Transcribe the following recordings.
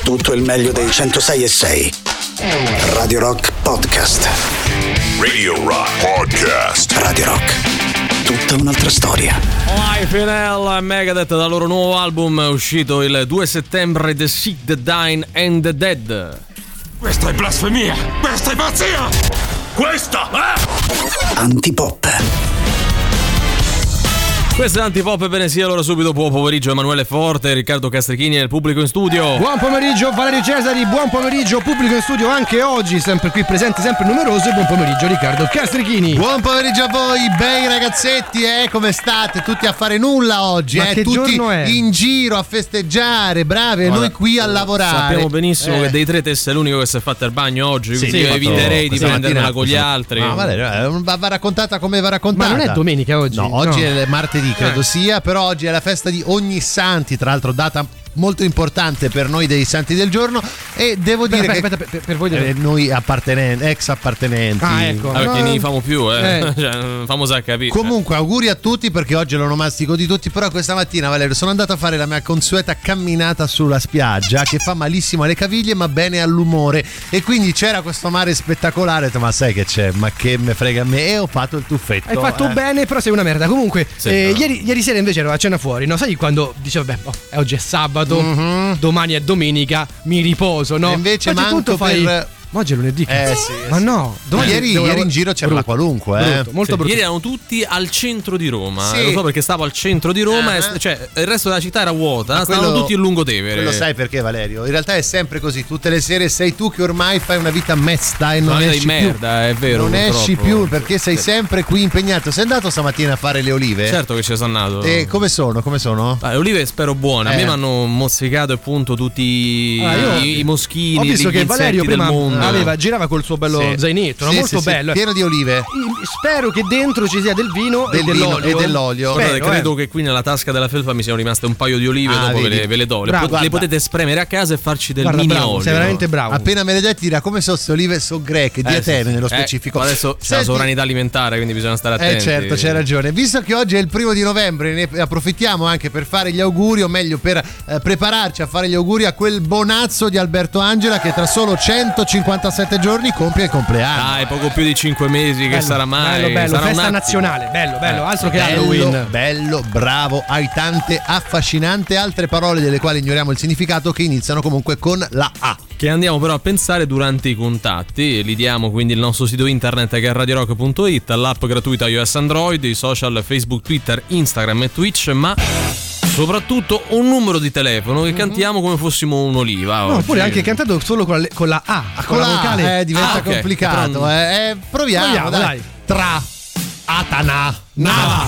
tutto il meglio dei 106.6. Radio Rock Podcast. Radio Rock Podcast. Radio Rock. Tutta un'altra storia. Life in Hell, Megadeth, dal loro nuovo album uscito il 2 settembre, The Sick, The Dying and The Dead. Questa è blasfemia! Questa è pazzia! Questa è... Antipop. Questo è Antipop, ebbene sia, allora subito buon pomeriggio Emanuele Forte, Riccardo Castrichini e il pubblico in studio. Buon pomeriggio Valerio Cesari, buon pomeriggio pubblico in studio anche oggi, sempre qui presente, sempre numeroso, e buon pomeriggio Riccardo Castrichini. Buon pomeriggio a voi, bei ragazzetti, come state? Tutti a fare nulla oggi, Ma che tutti giorno è? In giro a festeggiare, bravi, e noi qui a lavorare. Sappiamo benissimo che dei tre te sei l'unico che si è fatto il bagno oggi, quindi sì, eviterei di prenderla con gli altri. No, Valerio, va raccontata come va raccontata. Ma non è domenica oggi? No, oggi è martedì, credo sia, però oggi è la festa di Ognissanti, tra l'altro data molto importante per noi dei Santi del Giorno, e devo dire che per voi noi ex appartenenti. Ecco. Perché ne famo più, cioè, famosa a capire. Comunque auguri a tutti, perché oggi è l'onomastico di tutti. Però questa mattina, Valerio, sono andato a fare la mia consueta camminata sulla spiaggia, che fa malissimo alle caviglie ma bene all'umore, e quindi c'era questo mare spettacolare. Ho detto, ma sai che c'è, ma che me frega a me, e ho fatto il tuffetto. Hai fatto bene, però sei una merda. Comunque Sì, ieri sera invece ero a cena fuori, no? Sai quando dicevo, oggi è sabato, domani è domenica, mi riposo, no? E invece Oggi manco tutto fai... per... Ma oggi è lunedì. Ma no, Ma ieri in giro c'era la qualunque, brutto, molto brutto. Ieri erano tutti al centro di Roma. Sì. Lo so perché stavo al centro di Roma, cioè il resto della città era vuota, stavano tutti in Lungotevere. Quello sai perché, Valerio? In realtà è sempre così, tutte le sere sei tu che ormai fai una vita mesta e non esci di merda, più. è vero. Non esci purtroppo. più perché sei sempre qui impegnato. Sei andato stamattina a fare le olive? Certo che ci sono andato. E come sono? Le olive spero buone. A me mi hanno mozzicato appunto tutti i moschini. Ho visto gli che Valerio insetti prima del mondo. girava col suo bello zainetto, molto bello. Pieno di olive. Spero che dentro ci sia del vino e dell'olio. Guardate, credo che qui nella tasca della felpa mi siano rimaste un paio di olive, dopo ve le do. Le potete spremere a casa e farci del mini olio. Sei veramente bravo. Appena me le detti dirà come so se olive so greche, dietene nello specifico. Adesso c'è la sovranità alimentare, quindi bisogna stare attenti. Certo, c'hai ragione. Visto che oggi è il 1 novembre, ne approfittiamo anche per fare gli auguri, o meglio per prepararci a fare gli auguri a quel bonazzo di Alberto Angela, che tra solo 157 giorni compie il compleanno. Dai, poco più di 5 mesi, che sarà mai. Bello, sarà festa nazionale, bello, altro che Halloween. Bello, bravo, hai tante affascinante altre parole delle quali ignoriamo il significato, che iniziano comunque con la A. Che andiamo però a pensare durante i contatti. Li diamo quindi il nostro sito internet, che è radiorock.it, l'app gratuita iOS Android, i social Facebook, Twitter, Instagram e Twitch, ma soprattutto un numero di telefono che cantiamo come fossimo un'oliva. No, oppure anche cantato solo con la A. Con la vocale diventa okay. complicato. Proviamo, dai. Tra Atana Nava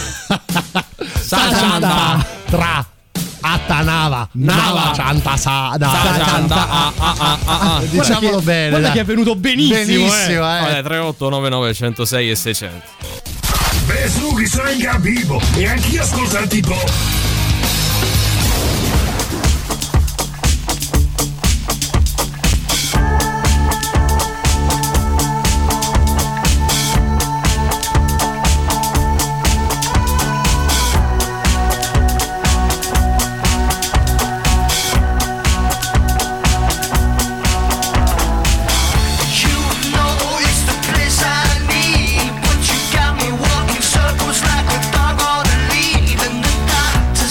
Sajanda Tra Atanava Nava Chanta Sada. Diciamolo bene. Guarda che è venuto benissimo. Vabbè, 3899 106 e 600. Beh, su, chi sono in capivo e anch'io ascolto Antipop. Circles like a dog on a lead, and the doctor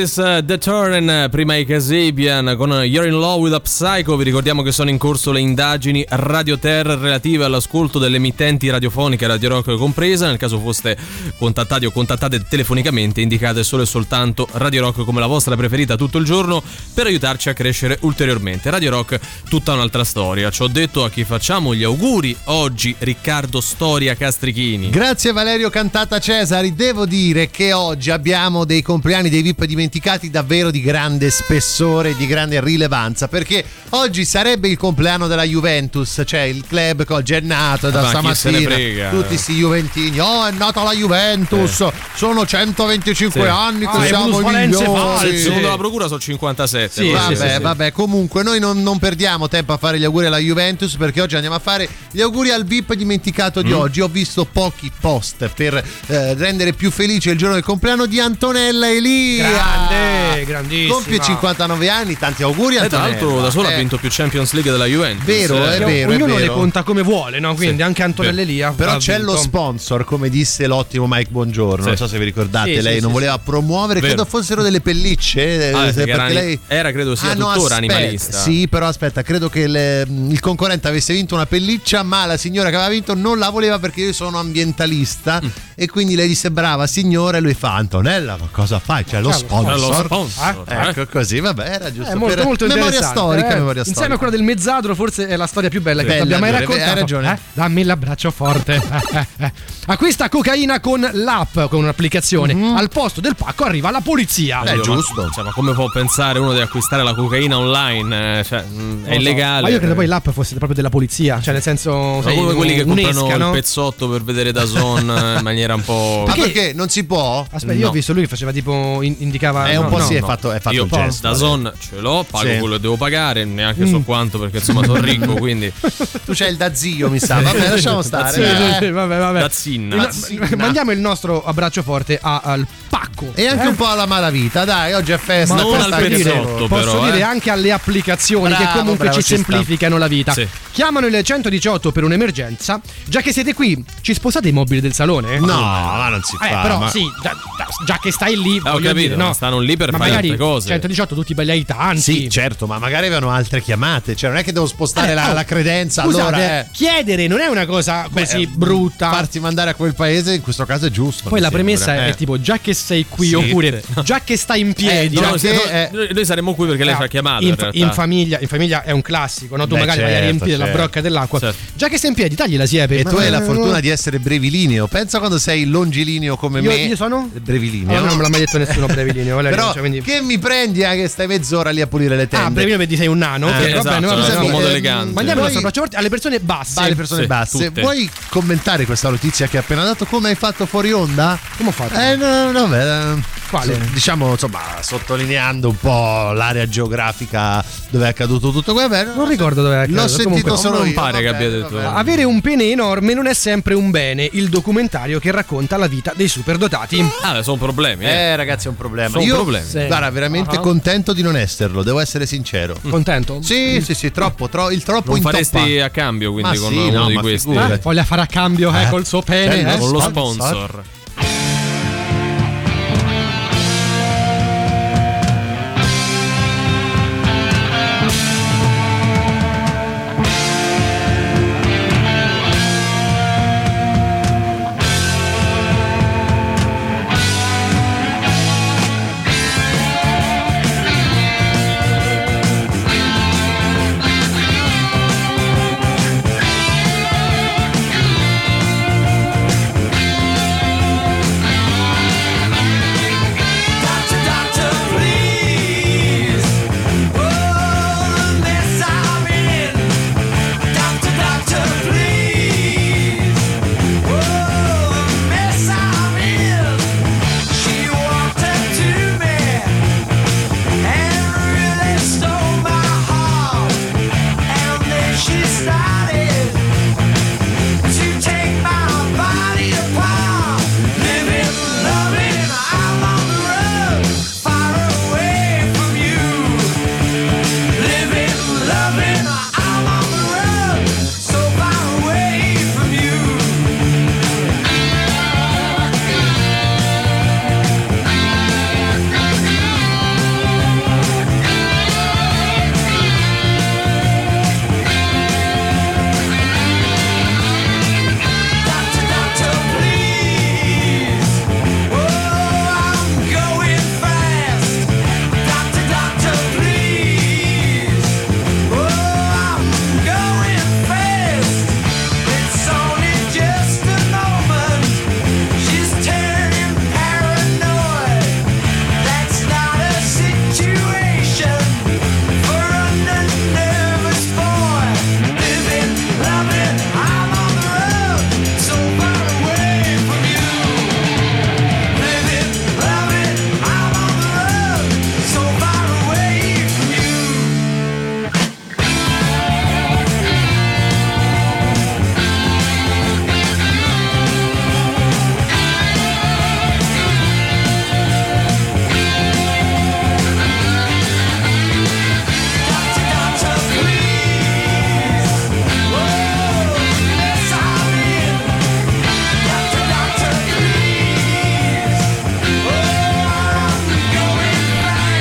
Oasis, The Turn, prima i Kasabian con You're in Love with a Psycho. Vi ricordiamo che sono in corso le indagini Radio Terra relative all'ascolto delle emittenti radiofoniche, Radio Rock compresa. Nel caso foste contattati o contattate telefonicamente, indicate solo e soltanto Radio Rock come la vostra preferita tutto il giorno per aiutarci a crescere ulteriormente. Radio Rock, tutta un'altra storia. Ci ho detto a chi facciamo gli auguri oggi, Riccardo Storia Castrichini. Grazie Valerio Cantata Cesari. Devo dire che oggi abbiamo dei compleanni dei VIP dimenticati davvero di grande spessore, di grande rilevanza, perché oggi sarebbe il compleanno della Juventus, cioè il club che oggi è nato da stamattina, tutti sti juventini, è nata la Juventus, sono 125 anni che siamo i migliori. Secondo la procura sono 57. Vabbè, comunque noi non perdiamo tempo a fare gli auguri alla Juventus, perché oggi andiamo a fare gli auguri al VIP dimenticato di oggi. Ho visto pochi post per rendere più felice il giorno del compleanno di Antonella Elia. Grande, grandissima. Compie 59 anni, tanti auguri a Antonella. Tra l'altro da sola ha vinto più Champions League della Juventus. È vero. Ognuno le conta come vuole, no? Quindi anche Antonella Elia. Però c'è lo sponsor, come disse l'ottimo Mike Buongiorno. Non so se vi ricordate, lei non voleva promuovere, credo fossero delle pellicce. Perché lei era, credo sia tuttora animalista. Sì, però aspetta, credo che il concorrente avesse vinto una pelliccia, ma la signora che aveva vinto non la voleva perché io sono ambientalista. E quindi lei disse brava signora, e lui fa Antonella, ma cosa fai? C'è lo sponsor. Ecco così, vabbè, era giusto molto memoria storica, insieme a quella del mezzadro, forse è la storia più bella che abbia mai raccontato. Hai ragione. Dammi l'abbraccio forte. Acquista cocaina con l'app, con un'applicazione. Al posto del pacco arriva la polizia. È giusto. Ma come può pensare uno di acquistare la cocaina online? È illegale. Ma io credo poi l'app fosse proprio della polizia, cioè nel senso come quelli che comprano il pezzotto per vedere DAZN in maniera un po'. Perché non si può? Aspetta, io ho visto lui che faceva tipo indicava è un po' è fatto io il gesto. DAZN ce l'ho, pago quello che devo pagare, neanche so quanto, perché insomma sono ricco, quindi tu c'hai il da zio, mi sa. Vabbè, lasciamo stare. Vabbè. Dazzin. Mandiamo il nostro abbraccio forte al pacco e anche un po' alla malavita. Dai, oggi è festa. Non al pezzotto, posso dire anche alle applicazioni che comunque ci semplificano la vita. Chiamano il 118 per un'emergenza. Già che siete qui, ci sposate i mobili del salone? No, ma non si fa. Però sì, già che stai lì, ho capito, no, stanno lì per fare altre cose. 118 tutti belli aitanti. Sì, certo, ma magari avevano altre chiamate, cioè non è che devo spostare la credenza. Scusate, allora chiedere non è una cosa così brutta. Farti mandare a quel paese in questo caso è giusto. Poi la premessa è tipo già che sei qui, oppure già che stai in piedi. Noi saremmo qui perché lei ci ha chiamato. In famiglia è un classico, no? Tu magari vai a riempire la brocca dell'acqua. Già che sei in piedi, tagli la siepe. E tu hai la fortuna di essere brevilineo. Pensa quando sei longilineo come me. Io sono brevilineo. Non me l'ha mai detto nessuno brevilineo. Però che mi prendi che stai mezz'ora lì a pulire le tende. Brevilineo perché sei un nano. Esatto, è un modo elegante. Mandiamo il nostro abbraccio forte alle persone basse. Alle persone basse. Vuoi commentare questa notizia che hai appena dato? Come hai fatto fuori onda? Come ho fatto? No, quale? Diciamo, insomma, sottolineando un po' l'area geografica dove è accaduto tutto quello. Non ricordo dove è accaduto. L'ho sentito solo non io. Pare che abbia detto. Avere un pene enorme non è sempre un bene. Il documentario che racconta la vita dei superdotati. Sono problemi. Ragazzi, è un problema. Io guarda, veramente contento di non esserlo, devo essere sincero. Contento? Sì, troppo il troppo non in faresti a cambio quindi con uno di questi. Voglia fare a cambio col suo pene, con lo sponsor.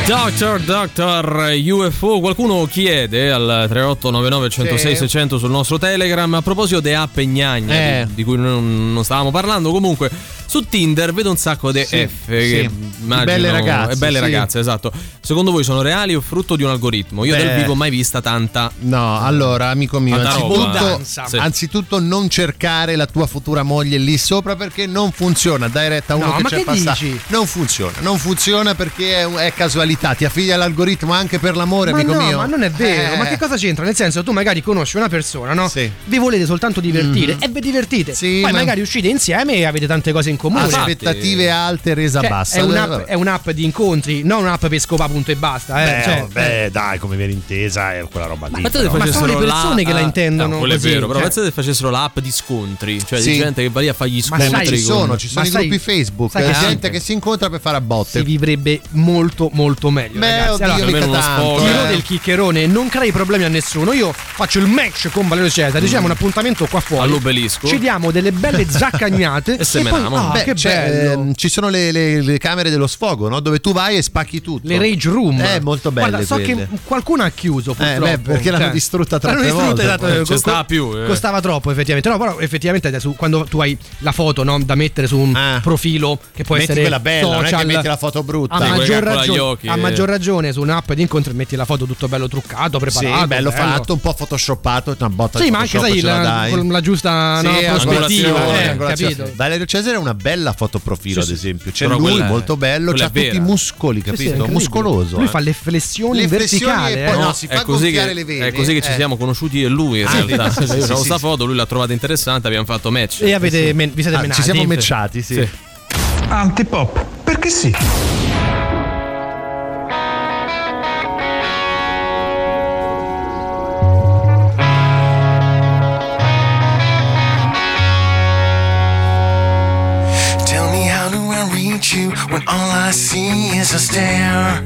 Doctor UFO, qualcuno chiede al 3899 106 600 sul nostro Telegram a proposito di app gnagna di cui non stavamo parlando. Comunque su Tinder vedo un sacco di che belle ragazze, esatto. Secondo voi sono reali o frutto di un algoritmo? Io dal vivo mai vista tanta. No, allora amico mio, anzitutto non cercare la tua futura moglie lì sopra, perché non funziona. Dai retta a uno che c'è passato. Non funziona perché è casualità. Ti affidi all'algoritmo anche per l'amore, amico mio. Ma non è vero. Ma che cosa c'entra? Nel senso, tu magari conosci una persona, no? Sì. Vi volete soltanto divertire e vi divertite. Sì, poi magari uscite insieme e avete tante cose in comune. Aspettative alte, resa bassa. È un'app di incontri, non un'app per scopare punto e basta. Dai, come viene intesa è quella roba lì. Ma sono le persone che la intendono. Quello è vero, però pensate se facessero l'app di scontri, cioè di gente che va lì a fare gli scontri. Ci sono i gruppi Facebook, gente che si incontra per fare a botte. Si vivrebbe molto molto meglio. Tiro del chiccherone, non crei problemi a nessuno. Io faccio il match con Valerio Cesare, diciamo un appuntamento qua fuori all'Obelisco, ci diamo delle belle zaccagnate e semeniamo. Che bello. Ci sono le camere dello sfogo, no? Dove tu vai e spacchi tutto. Le rage room. Molto belle. Guarda, so che qualcuno ha chiuso purtroppo. Perché l'hanno distrutta troppe volte. Non ci sta più. Costava troppo effettivamente. No, però effettivamente adesso quando tu hai la foto, no, da mettere su un profilo che può essere quella bella, social, non è che metti la foto brutta. A maggior ragione su un'app di incontro metti la foto tutto bello truccato, preparato. Sì, bello fatto, un po' photoshoppato, una botta di Photoshop. Sì, ma anche con la giusta prospettiva, capito? Valerio Cesare è una bella fotoprofilo, ad esempio. C'è però lui molto bello, c'ha tutti i muscoli, capito? Muscoloso. Lui fa le flessioni verticali, e poi si fa gonfiare le vene. È così che ci siamo conosciuti io e lui in realtà. Io avevo questa foto, lui l'ha trovata interessante, abbiamo fatto match. E vi siete menati. Ci siamo matchati, sì. Antipop, perché sì. You when all I see is a stare?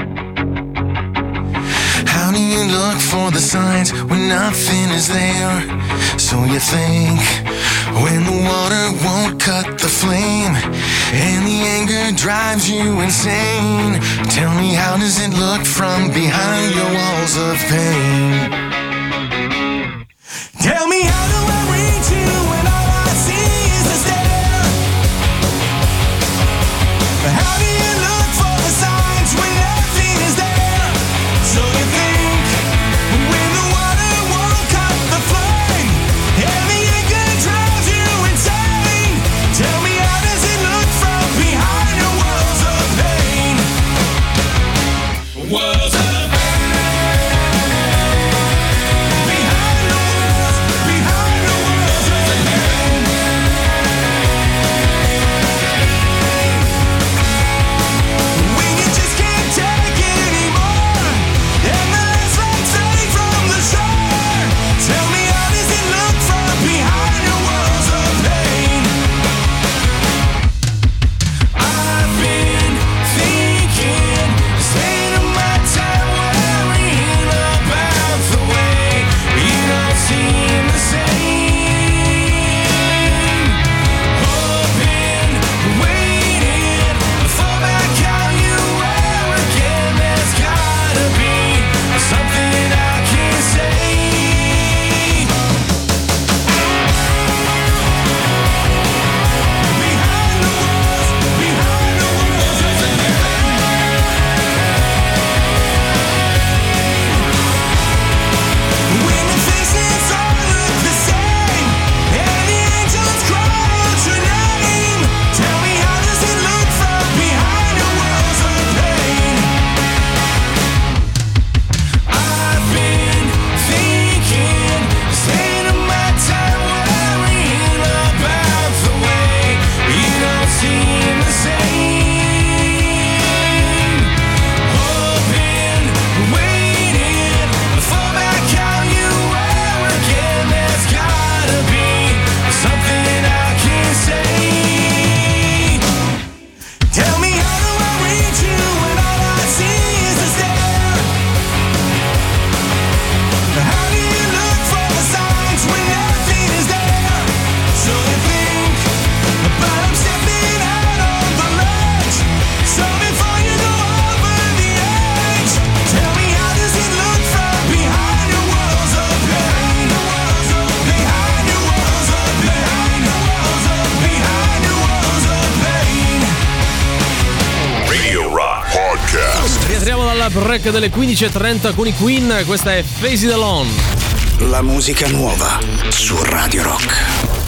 How do you look for the signs when nothing is there? So you think when the water won't cut the flame and the anger drives you insane, tell me, how does it look from behind your walls of pain? Tell me, how do I reach you when all I see is a stare? How do you look for the signs when nothing is there? So you think when the water won't cut the flame and the anger drives you insane, tell me, how does it look from behind your walls of pain? Walls of pain. break delle 15.30 con i Queen. Questa è Face It Alone. La musica nuova su Radio Rock.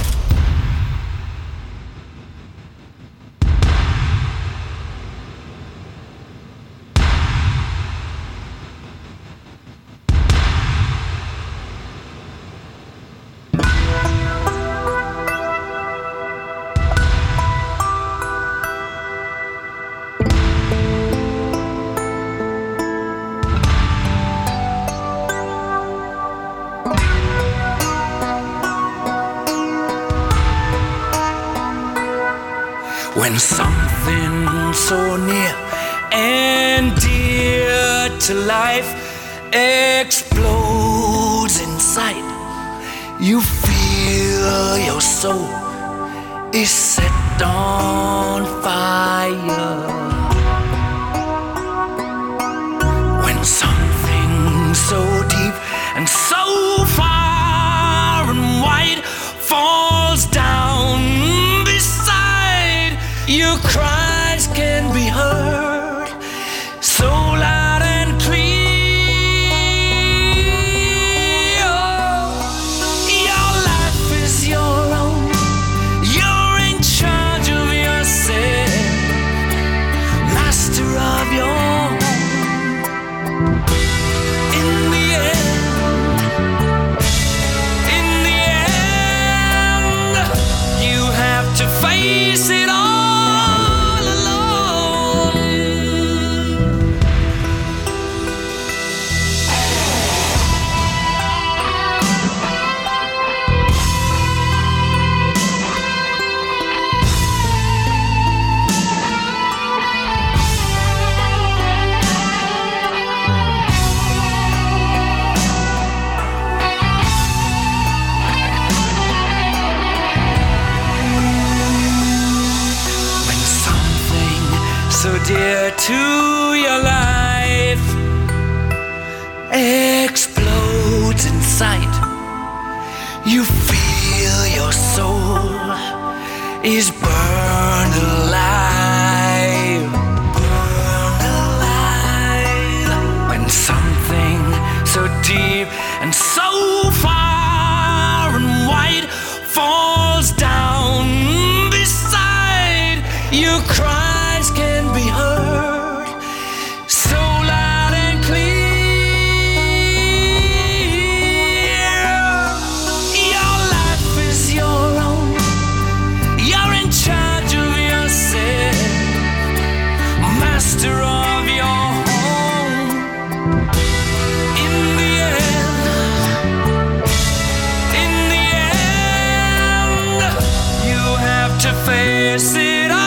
When something so near and dear to life explodes inside, you feel your soul is set on fire. When something so deep and so far and wide falls down, your cries can be heard so loud and clear. Your life is your own. You're in charge of yourself, master of your home. In the end, you have to face it all. So dear to your life explodes inside. You feel your soul is burned alive, burned alive. When something so deep and so far and wide falls down beside you, cries can be heard so loud and clear. Your life is your own. You're in charge of yourself, master of your home. In the end, you have to face it all.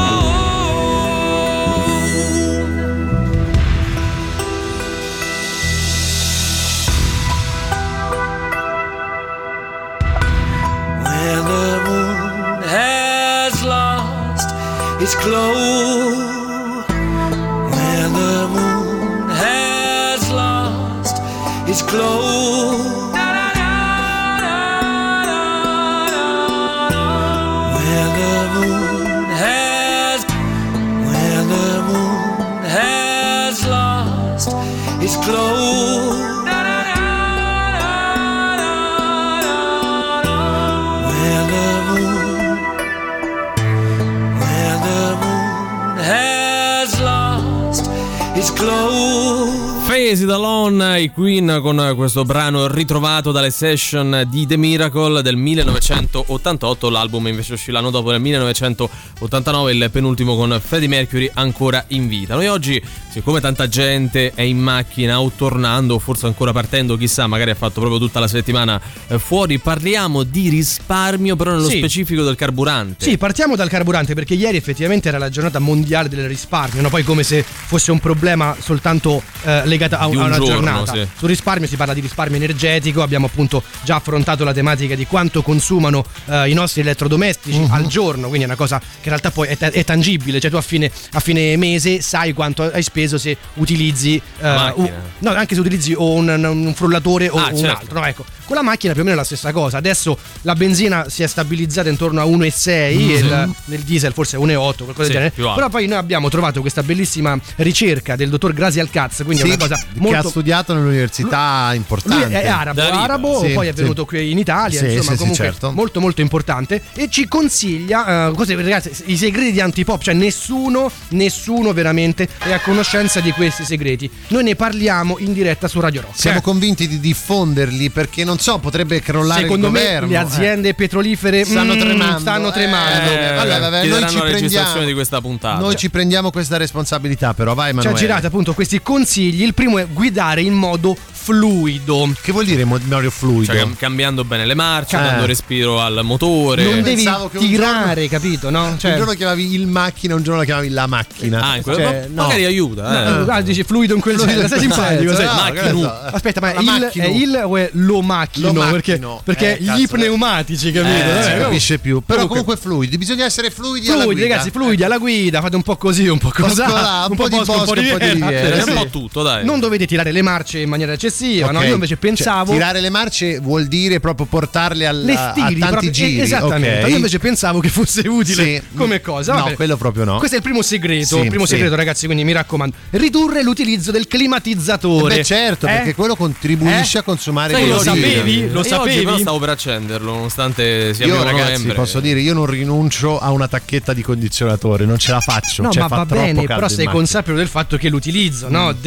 Its glow, where the moon has lost its glow, where the moon has lost its glow, where the moon has lost its glow. Face It Alone, i Queen, con questo brano ritrovato dalle session di The Miracle del 1988. L'album invece uscì l'anno dopo, nel 1989, il penultimo con Freddie Mercury ancora in vita. Noi oggi, siccome tanta gente è in macchina o tornando o forse ancora partendo, chissà, magari ha fatto proprio tutta la settimana fuori, parliamo di risparmio, però nello specifico del carburante. Sì, partiamo dal carburante, perché ieri effettivamente era la giornata mondiale del risparmio, no? Poi come se fosse un problema soltanto legata a una giorno, giornata. Sì. Sul risparmio si parla di risparmio energetico, abbiamo appunto già affrontato la tematica di quanto consumano i nostri elettrodomestici al giorno, quindi è una cosa che in realtà poi è tangibile, cioè tu a fine mese sai quanto hai speso se utilizzi no, anche se utilizzi o un frullatore o un altro, no? Ecco, Con la macchina più o meno è la stessa cosa. Adesso la benzina si è stabilizzata intorno a 1,6 e nel diesel forse 1,8, qualcosa del genere. Però poi noi abbiamo trovato questa bellissima ricerca del dottor Graziel Katz, quindi è una cosa molto... che ha studiato nell'università importante. Lui è arabo, poi è venuto qui in Italia, insomma, comunque certo. molto molto importante, e ci consiglia così, ragazzi, i segreti di Antipop, cioè nessuno veramente è a conoscenza di questi segreti. Noi ne parliamo in diretta su Radio Rock. Siamo convinti di diffonderli perché non so, potrebbe crollare secondo il me governo. le aziende petrolifere stanno tremando. Allora, noi ci la registrazione di questa puntata. Noi ci prendiamo questa responsabilità, però vai Emanuele. Ci ha girato appunto questi consigli. Il primo è guidare in modo fluido. Che vuol dire modo fluido? Cioè, cambiando bene le marce, dando respiro al motore. Non devi tirare, capito, no? Cioè, un giorno chiamavi il macchina, un giorno la chiamavi la macchina. Magari aiuta. Dici fluido in quel senso. Sei simpatico. Aspetta, ma è il o è lo macchino? Perché gli pneumatici, capito? Si capisce più. Però comunque fluidi, bisogna essere fluidi alla guida. Ragazzi, fluidi alla guida, fate un po' così, un po' così. Un po' di bosco, un po' di riviera. Un po' tutto, dai. Non dovete tirare le marce in maniera eccessiva, no? Io invece pensavo, tirare le marce vuol dire proprio portarle a tanti giri. Esattamente. Io invece pensavo che fosse utile come cosa. No, quello proprio no. Questo è il primo segreto. Segreto, ragazzi, quindi mi raccomando, ridurre l'utilizzo del climatizzatore. Beh, certo, perché quello contribuisce a consumare lo sapevi? Lo sapevi? Però stavo per accenderlo, nonostante sia primo ragazzi, novembre. posso dire, io non rinuncio a una tacchetta di condizionatore, non ce la faccio. No, cioè, ma va bene, però sei macchina. consapevole del fatto che l'utilizzo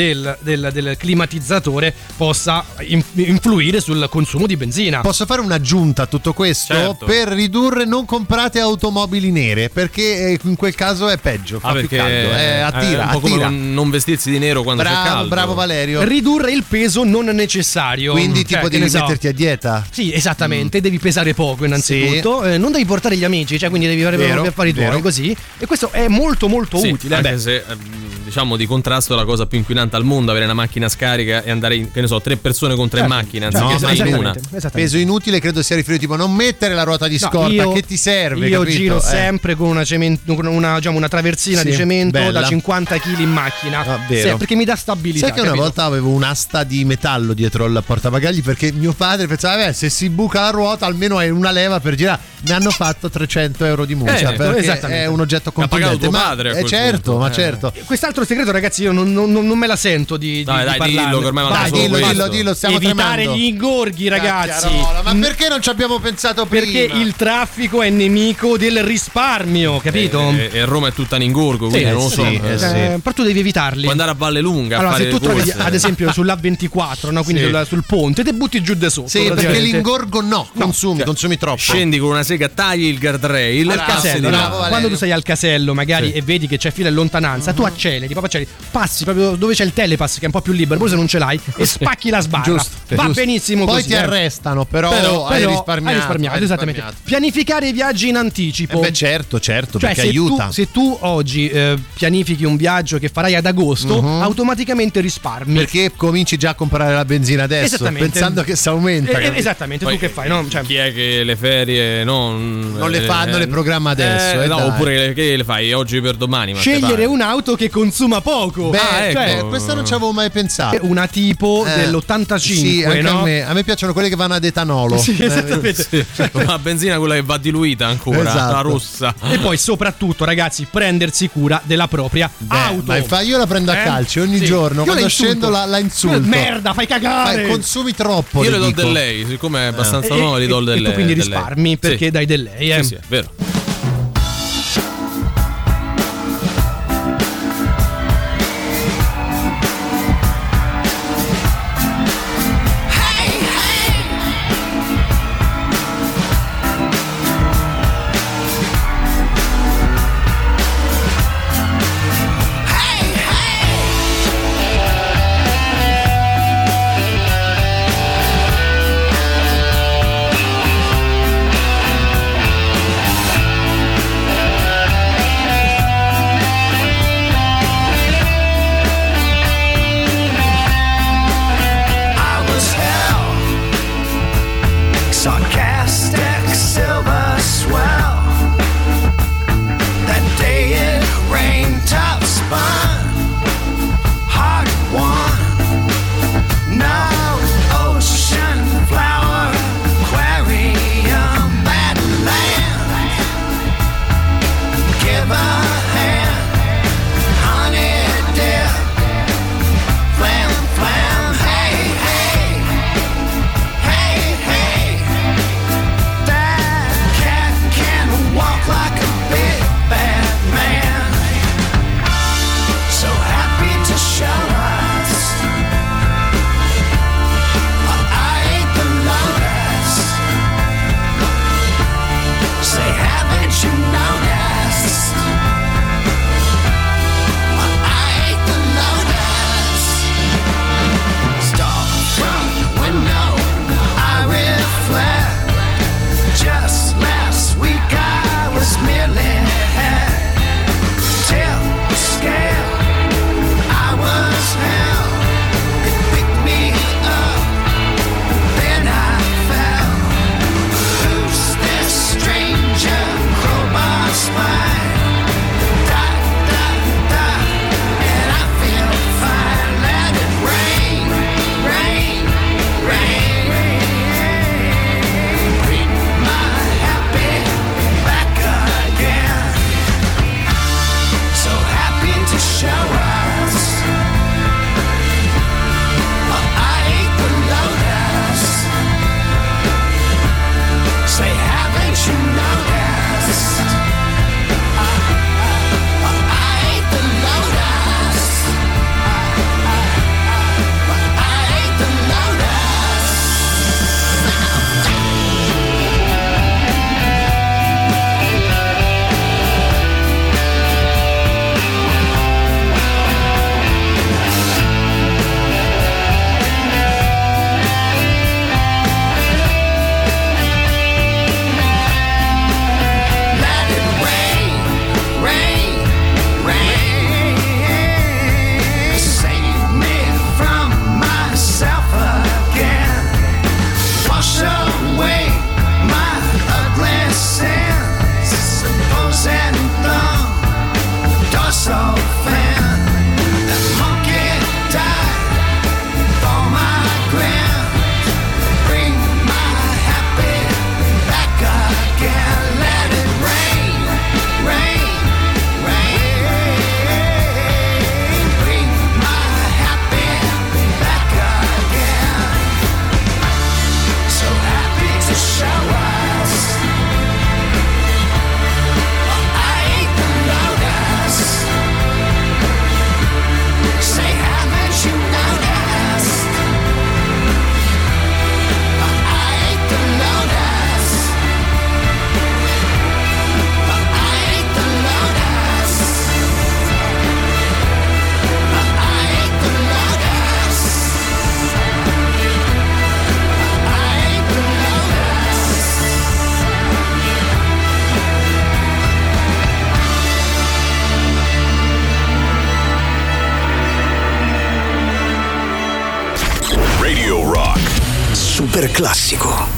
del climatizzatore possa influire sul consumo di benzina. Posso fare un'aggiunta a tutto questo? Certo. Per ridurre, non comprate automobili nere, perché in quel caso è peggio, fa più caldo, attira, un po' come non vestirsi di nero quando c'è caldo. Bravo Valerio. Ridurre il peso non necessario. Quindi tipo devi metterti a dieta. Sì, esattamente, devi pesare poco innanzitutto, non devi portare gli amici, cioè quindi devi fare gli affari tuoi, così. E questo è molto molto utile. Anche se diciamo di contrasto è la cosa più inquinante al mondo, avere una macchina scarica e andare in, che ne so, 3 persone con 3 macchine anziché in una. Peso inutile credo sia riferito tipo non mettere la ruota di scorta, che ti serve? Io capito? giro sempre con una traversina di cemento bella. da 50 kg in macchina, perché mi dà stabilità. Sai che una volta avevo un'asta di metallo dietro al portabagagli perché mio padre pensava se si buca la ruota almeno hai una leva per girare. Mi hanno fatto 300 euro di multa perché è un oggetto contundente. Ha pagato tuo padre certo, ma certo. Quest'altro segreto, ragazzi, io non me la sento di dillo, che ormai dillo, stiamo evitare tremando. gli ingorghi, ragazzi. Ma perché non ci abbiamo pensato prima? Perché il traffico è nemico del risparmio, capito? E Roma è tutta in ingorgo, quindi non lo so. Però tu devi evitarli. Puoi andare a Vallelunga. Allora, se tu trovi ad esempio sull'A24, no? Quindi sul ponte, te butti giù da sotto. Sì, perché l'ingorgo consumi troppo. Scendi con una sega, tagli il guardrail, al casello, quando tu sei al casello magari e vedi che c'è fila in lontananza, tu acceleri, passi proprio dove c'è il telepass che è un po' più libero, poi se non ce l'hai e spacchi la sbarra. Va benissimo poi così. Poi ti arrestano, però hai risparmiato. Esattamente. Pianificare i viaggi in anticipo. Certo, cioè, perché aiuta. Se tu oggi pianifichi un viaggio che farai ad agosto, automaticamente risparmi. Perché cominci già a comprare la benzina adesso, pensando che si aumenta. Esattamente, poi, tu che fai? No? Cioè, chi è che le ferie non le fanno, le programma adesso? No, oppure che le fai oggi per domani? Scegliere un'auto che consuma poco. Questo non ci avevo mai pensato. Una tipo dell'85. Sì, anche a me piacciono quelle che vanno ad etanolo. Sì, esattamente. La benzina quella che va diluita ancora, la rossa. E poi soprattutto, ragazzi, prendersi cura della propria auto. Ma io la prendo a calci ogni giorno. Io quando scendo la insulto. Merda, fai cagare. Consumi troppo. Io le do del lei, siccome è abbastanza nuova, le do del lei. E tu quindi risparmi perché dai del lei. Sì, è vero. Hey super classico.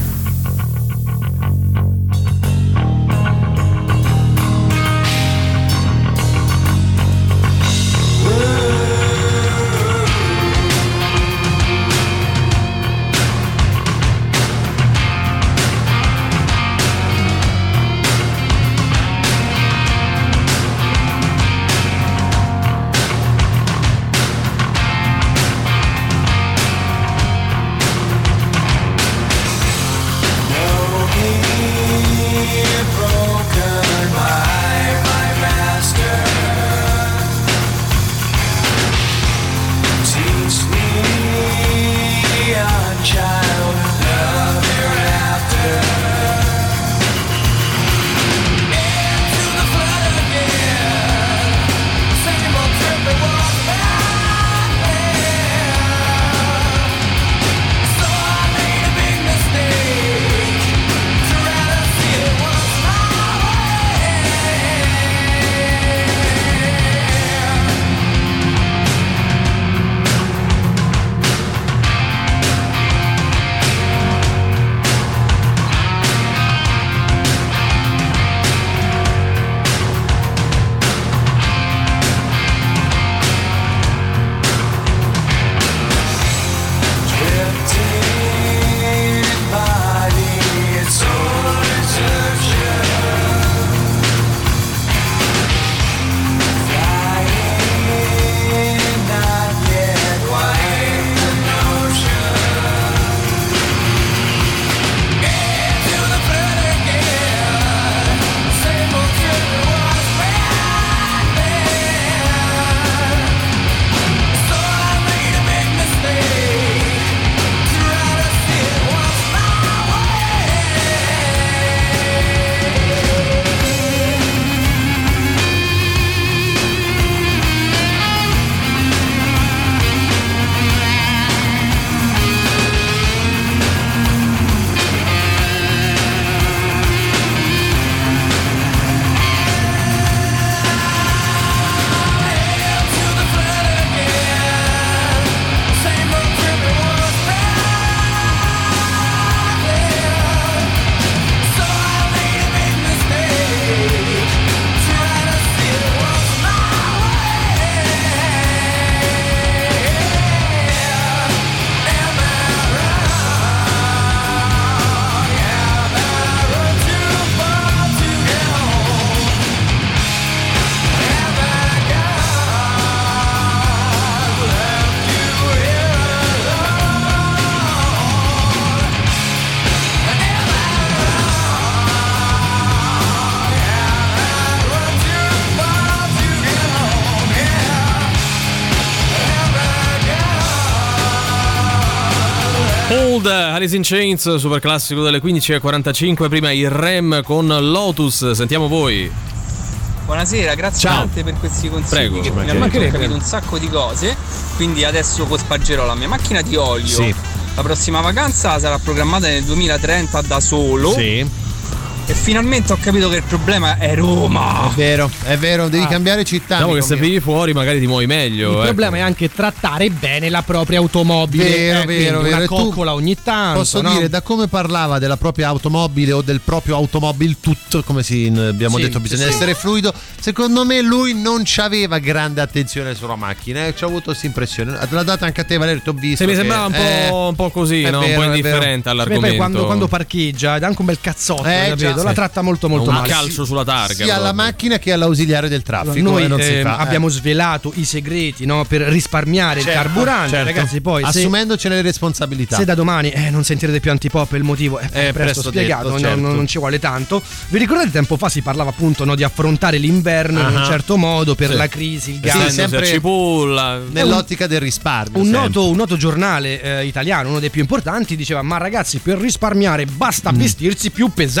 Alice in Chains, super classico delle 15:45. Prima il Rem con Lotus. Sentiamo voi. Buonasera, grazie tante per questi consigli. Prego, che finalmente ho capito un sacco di cose. Quindi adesso cospargerò la mia macchina di olio. Sì. La prossima vacanza sarà programmata nel 2030 da solo. Sì. E finalmente ho capito che il problema è Roma. È vero, devi cambiare città. Diciamo che se vivi fuori magari ti muovi meglio. Il problema è anche trattare bene la propria automobile. Vero. Una coccola ogni tanto. Posso dire, da come parlava della propria automobile o del proprio automobil tutto, come abbiamo detto, bisogna essere fluido. Secondo me lui non c'aveva grande attenzione sulla macchina. Ci ho avuto questa impressione. L'ha data anche a te, Valerio, ti ho visto. Mi sembrava un po' così, no? Vero, un po' indifferente all'argomento. Poi quando parcheggia ed anche un bel cazzotto, capito? La tratta molto un male. calcio sulla targa sia proprio. alla macchina che all'ausiliare del traffico. Noi non si fa. abbiamo svelato i segreti, no? Per risparmiare il carburante, ragazzi. Poi assumendocene le responsabilità. Se da domani non sentirete più Antipop, il motivo è presto spiegato, detto, non ci vuole tanto. Vi ricordate tempo fa si parlava appunto di affrontare l'inverno in un certo modo per la crisi, il gas, sempre cipolla, nell'ottica del risparmio. Un noto giornale italiano, uno dei più importanti, diceva: ma ragazzi, per risparmiare basta vestirsi più pesante.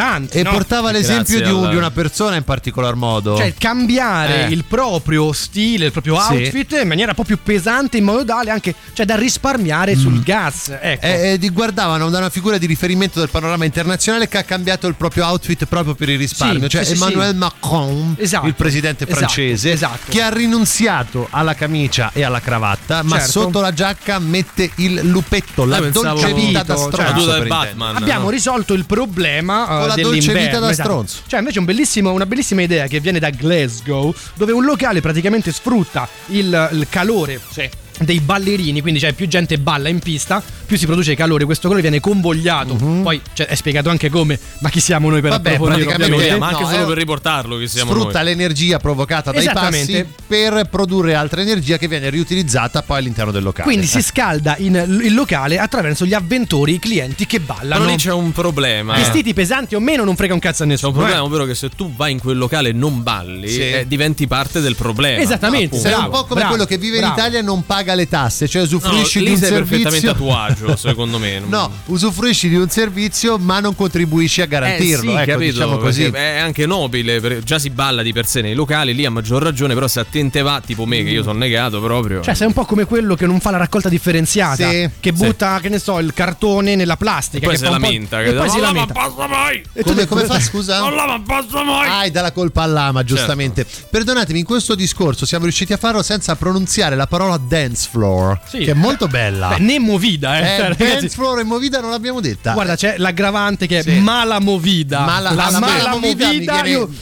no? portava l'esempio di una persona in particolar modo. Cioè cambiare il proprio stile, il proprio outfit in maniera un po' più pesante, in modo tale anche, cioè, da risparmiare sul gas. Ecco. Guardavano da una figura di riferimento del panorama internazionale che ha cambiato il proprio outfit proprio per il risparmio. Emmanuel Macron, il presidente francese, che ha rinunziato alla camicia e alla cravatta, ma sotto la giacca mette il lupetto, la dolce vita da stronzo. Batman, abbiamo risolto il problema con la dolce vita da stronzo. Cioè invece una bellissima idea che viene da Glasgow, dove un locale praticamente sfrutta il calore dei ballerini, quindi c'è più gente balla in pista, più si produce calore, questo calore viene convogliato. Poi è spiegato anche come, ma chi siamo noi per approfondire, ma anche solo per riportarlo, che siamo sfrutta l'energia provocata dai passi per produrre altra energia che viene riutilizzata poi all'interno del locale. Quindi si scalda il locale attraverso gli avventori, i clienti che ballano. Però lì c'è un problema. Vestiti pesanti o meno non frega un cazzo a nessuno. C'è un problema, ovvero che se tu vai in quel locale e non balli, diventi parte del problema. Esattamente. Sei un po' come quello che vive in Italia e non paga le tasse, cioè usufruisci di un sei servizio perfettamente a tuo agio, secondo me. No, usufruisci di un servizio ma non contribuisci a garantirlo, sì, ecco, capito, diciamo così. È anche nobile, già si balla di per sé nei locali, lì a maggior ragione, però se a te va, tipo me che io sono negato proprio. Cioè sei un po' come quello che non fa la raccolta differenziata, che butta, che ne so, il cartone nella plastica, e poi che si lamenta, e poi si lamenta. Come fa, scusa? Non passa mai. Dà la colpa all'ama, giustamente. Perdonatemi, in questo discorso siamo riusciti a farlo senza pronunziare la parola dance floor, che è molto bella. Né movida, dance floor e movida non l'abbiamo detta. Guarda, c'è l'aggravante che è mala movida. La mala movida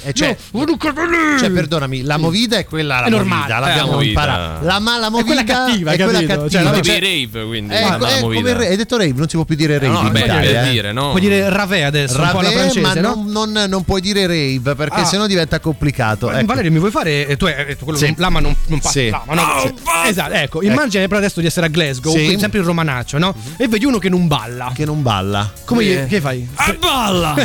cioè, perdonami, la movida è quella la movida, l'abbiamo imparato. La mala movida è quella cattiva, è quella cattiva. Cioè, rave, quindi hai detto rave, non si può più dire rave. Puoi dire rave adesso, un po' alla francese, ma non puoi dire rave perché sennò diventa complicato. Valerio, mi vuoi fare quello lama non passa lama, no? Esatto, ecco, immagina però adesso di essere a Glasgow, sempre il romanaccio, no? E vedi uno che non balla. Come che fai? Balla!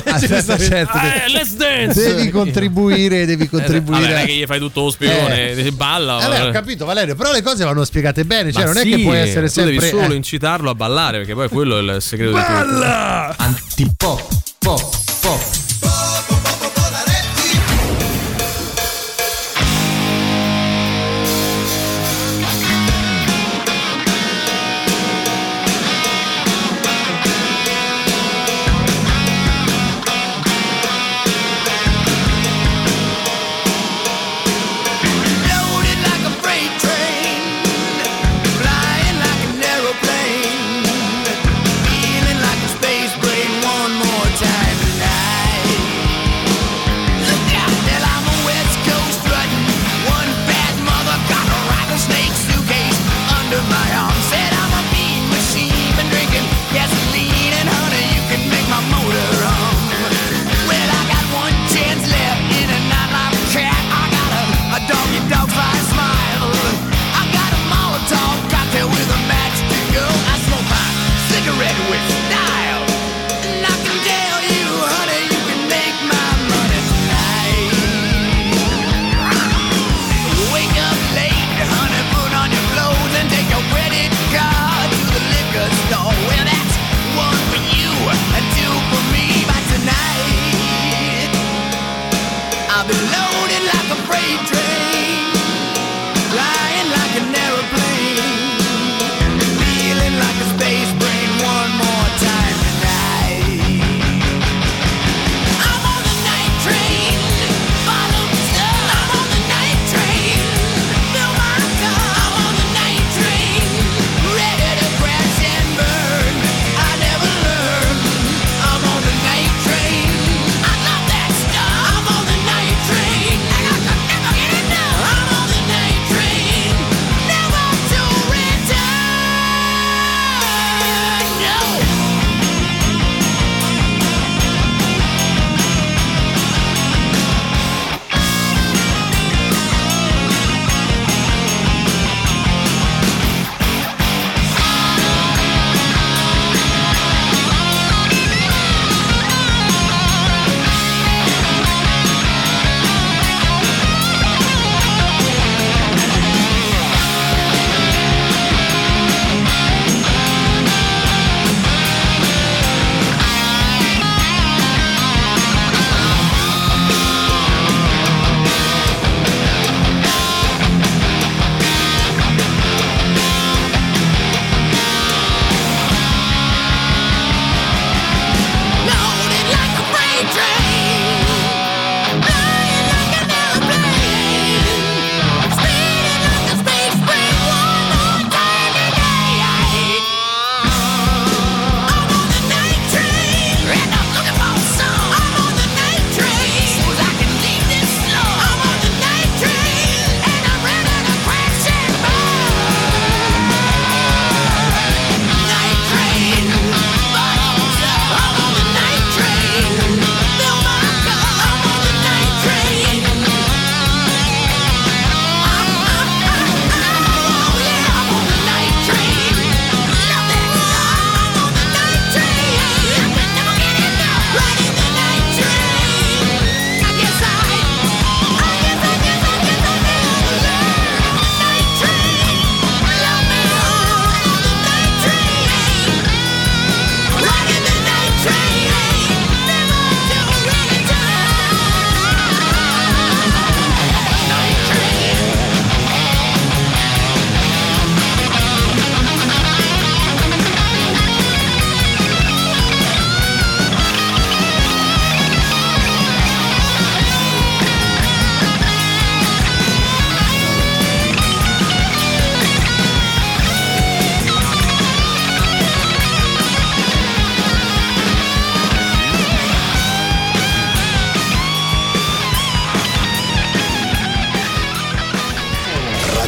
Let's dance! Devi contribuire. Vabbè, non è che gli fai tutto lo spiegone, balla. Ho capito, Valerio, però le cose vanno spiegate bene, cioè non è che puoi essere sempre. Devi solo incitarlo a ballare, perché poi quello è il segreto di tutto. Balla! Antipop, pop. Train.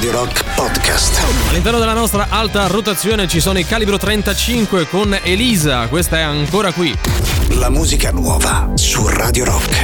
Radio Rock Podcast. All'interno della nostra alta rotazione ci sono i Calibro 35 con Elisa, questa è Ancora qui. La musica nuova su Radio Rock.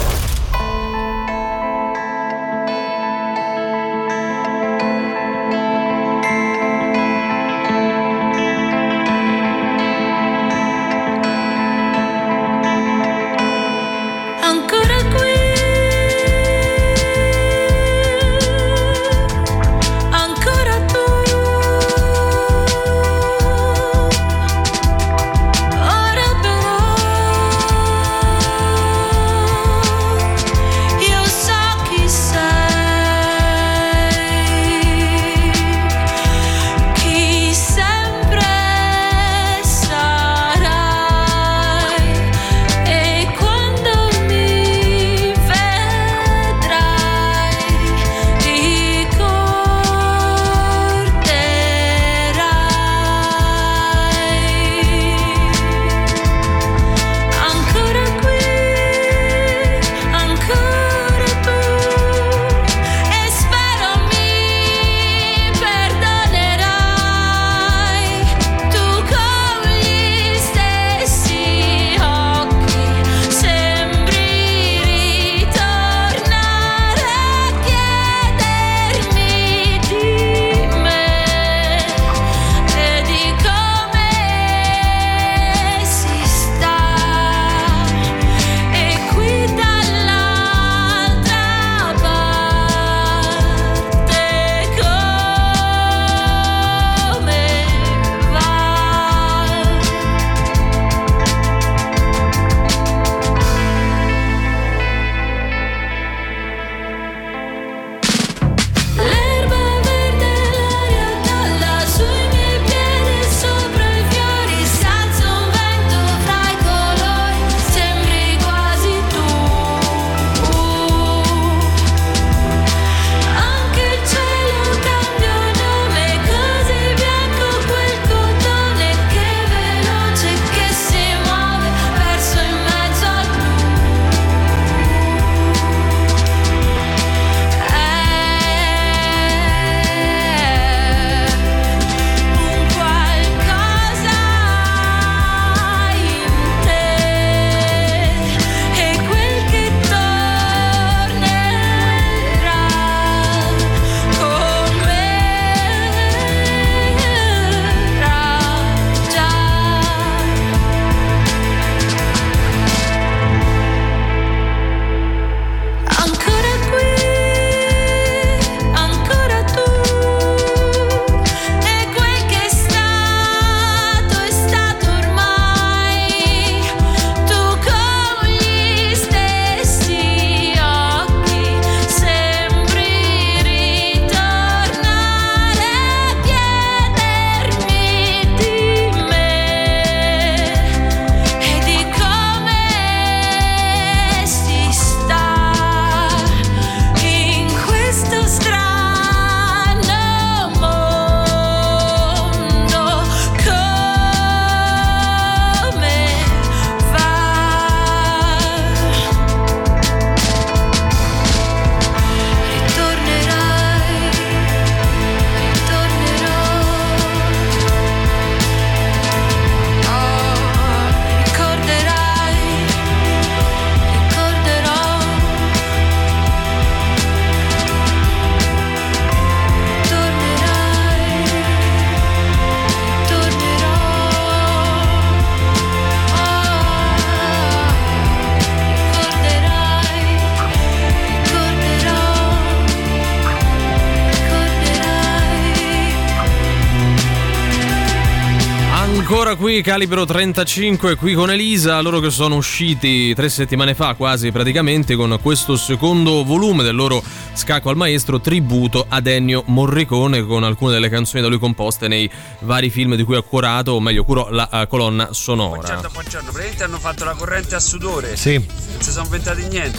Ancora qui Calibro 35, qui con Elisa, loro che sono usciti 3 settimane fa quasi praticamente con questo secondo volume del loro Scacco al Maestro, tributo ad Ennio Morricone, con alcune delle canzoni da lui composte nei vari film di cui ha curato, o meglio curò la colonna sonora. Buongiorno, praticamente hanno fatto la corrente a sudore. Sì. Non si sono inventati niente.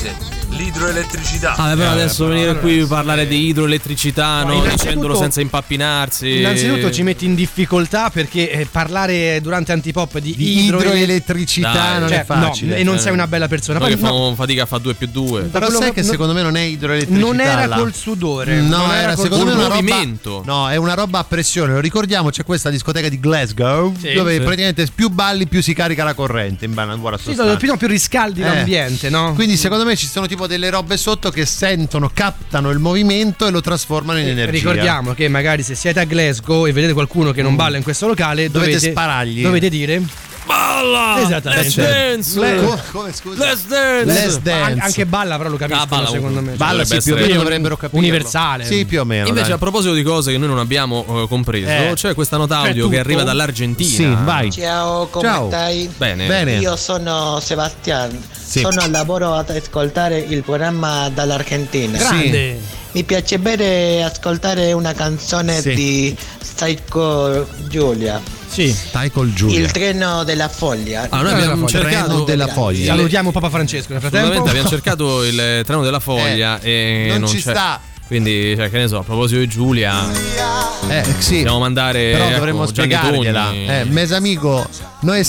l'idroelettricità. Però adesso venire qui a parlare di idroelettricità, no, dicendolo senza impappinarsi. Innanzitutto ci metti in difficoltà perché parlare durante Antipop di idroelettricità non è facile. No, e non sei una bella persona. Poi fa fatica a fare 2+2. Però sai che secondo me non è idroelettricità. Non era col sudore. No, era secondo me una movimento. No, è una roba a pressione. Lo ricordiamo, c'è questa discoteca di Glasgow dove praticamente più balli più si carica la corrente in buona sostanza. Più riscaldi l'ambiente, no? Quindi secondo me ci sono tipo delle robe sotto che captano il movimento e lo trasformano in energia. Ricordiamo che magari se siete a Glasgow e vedete qualcuno che non balla in questo locale, dovete sparargli. Dovete dire balla! Esattamente. Let's dance! Come scusa? Let's dance! Anche balla, però lo capiscono secondo me. Balla più o meno dovrebbero capire. Universale. Sì, più o meno. Invece a proposito di cose che noi non abbiamo compreso, c'è questa nota audio che arriva dall'Argentina. Sì, vai. Ciao, come stai? Bene. Io sono Sebastian. Sono al lavoro ad ascoltare il programma dall'Argentina. Grande. Mi piacerebbe ascoltare una canzone di Psycho Giulia. Sì, stai col Giulia. Il treno della foglia. Noi abbiamo cercato della foglia. Salutiamo Papa Francesco nel frattempo. Abbiamo cercato il treno della foglia e non ci c'è. sta. Quindi, che ne so, a proposito di Giulia, sì. dobbiamo mandare. Però dovremmo spiegargliela. Mesamigo, noi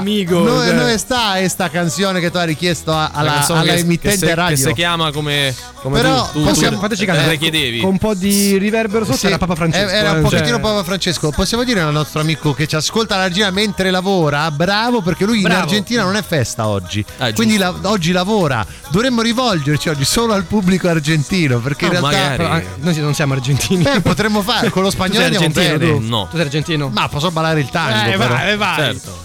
sta esta canzone che tu hai richiesto alla emittente radio. Che si chiama come però tu fateci cantare chiedevi. Con un po' di riverbero sotto era Papa Francesco. Era un pochettino Papa Francesco. Possiamo dire al nostro amico che ci ascolta l'Argentina mentre lavora, bravo, perché lui in Argentina non è festa oggi. Quindi oggi lavora. Dovremmo rivolgerci oggi solo al pubblico argentino, perché in realtà noi non siamo argentini. Potremmo fare con lo spagnolo andiamo bene. No. Tu sei argentino? Ma posso ballare il tango però. Vai. Certo.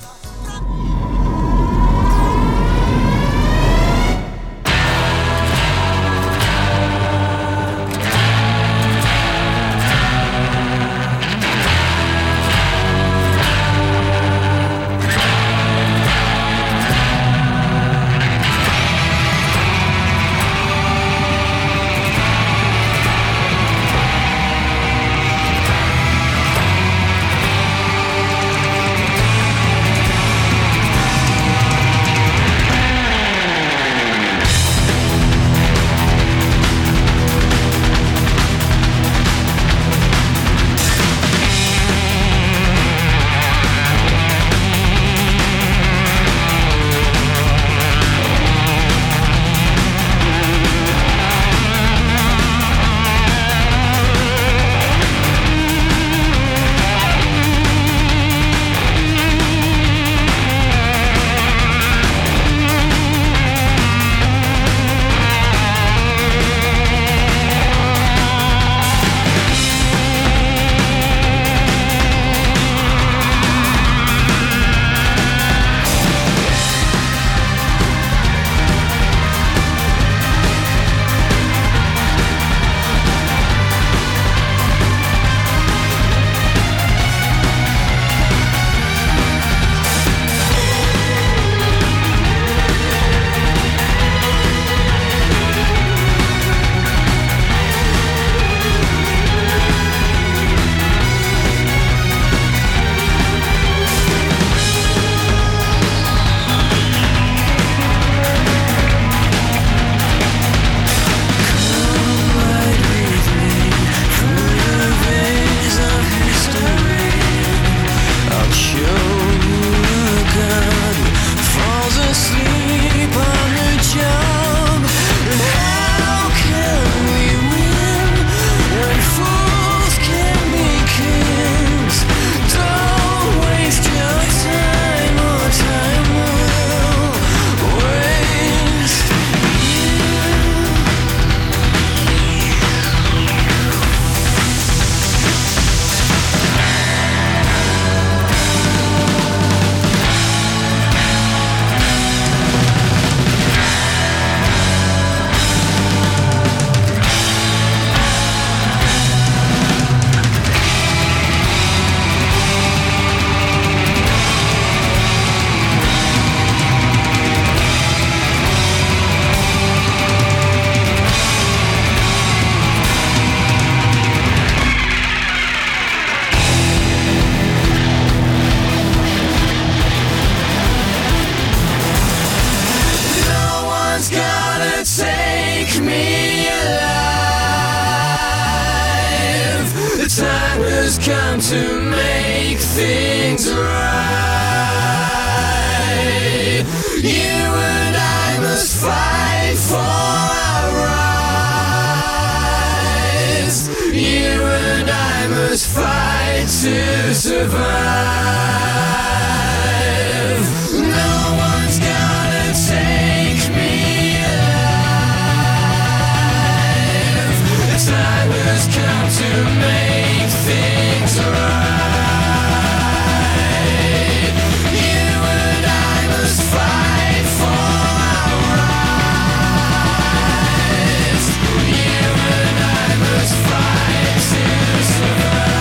Say take me alive. The time has come to make things right. You and I must fight for our rights. You and I must fight to survive. No one's gonna take me alive. The time has come to make things right. You and I must fight for our rights. You and I must fight to survive.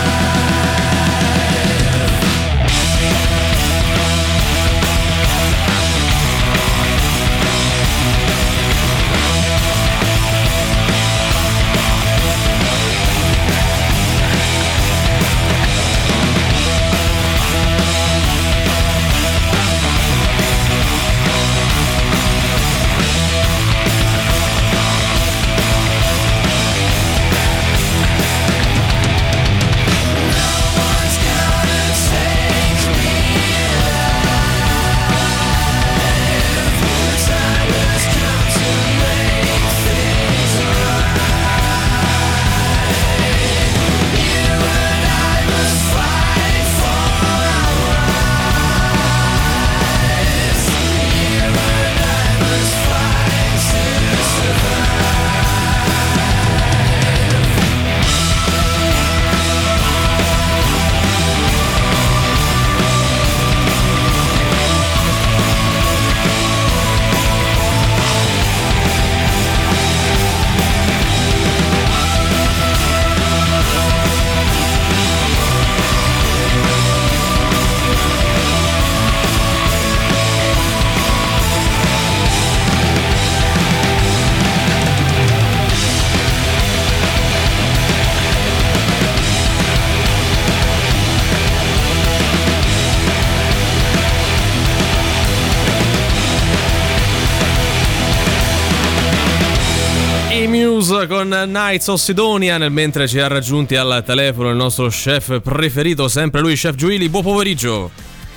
Con Nights of Sidonia, nel mentre ci ha raggiunti al telefono il nostro chef preferito, sempre lui, Chef Giuili. Buon pomeriggio.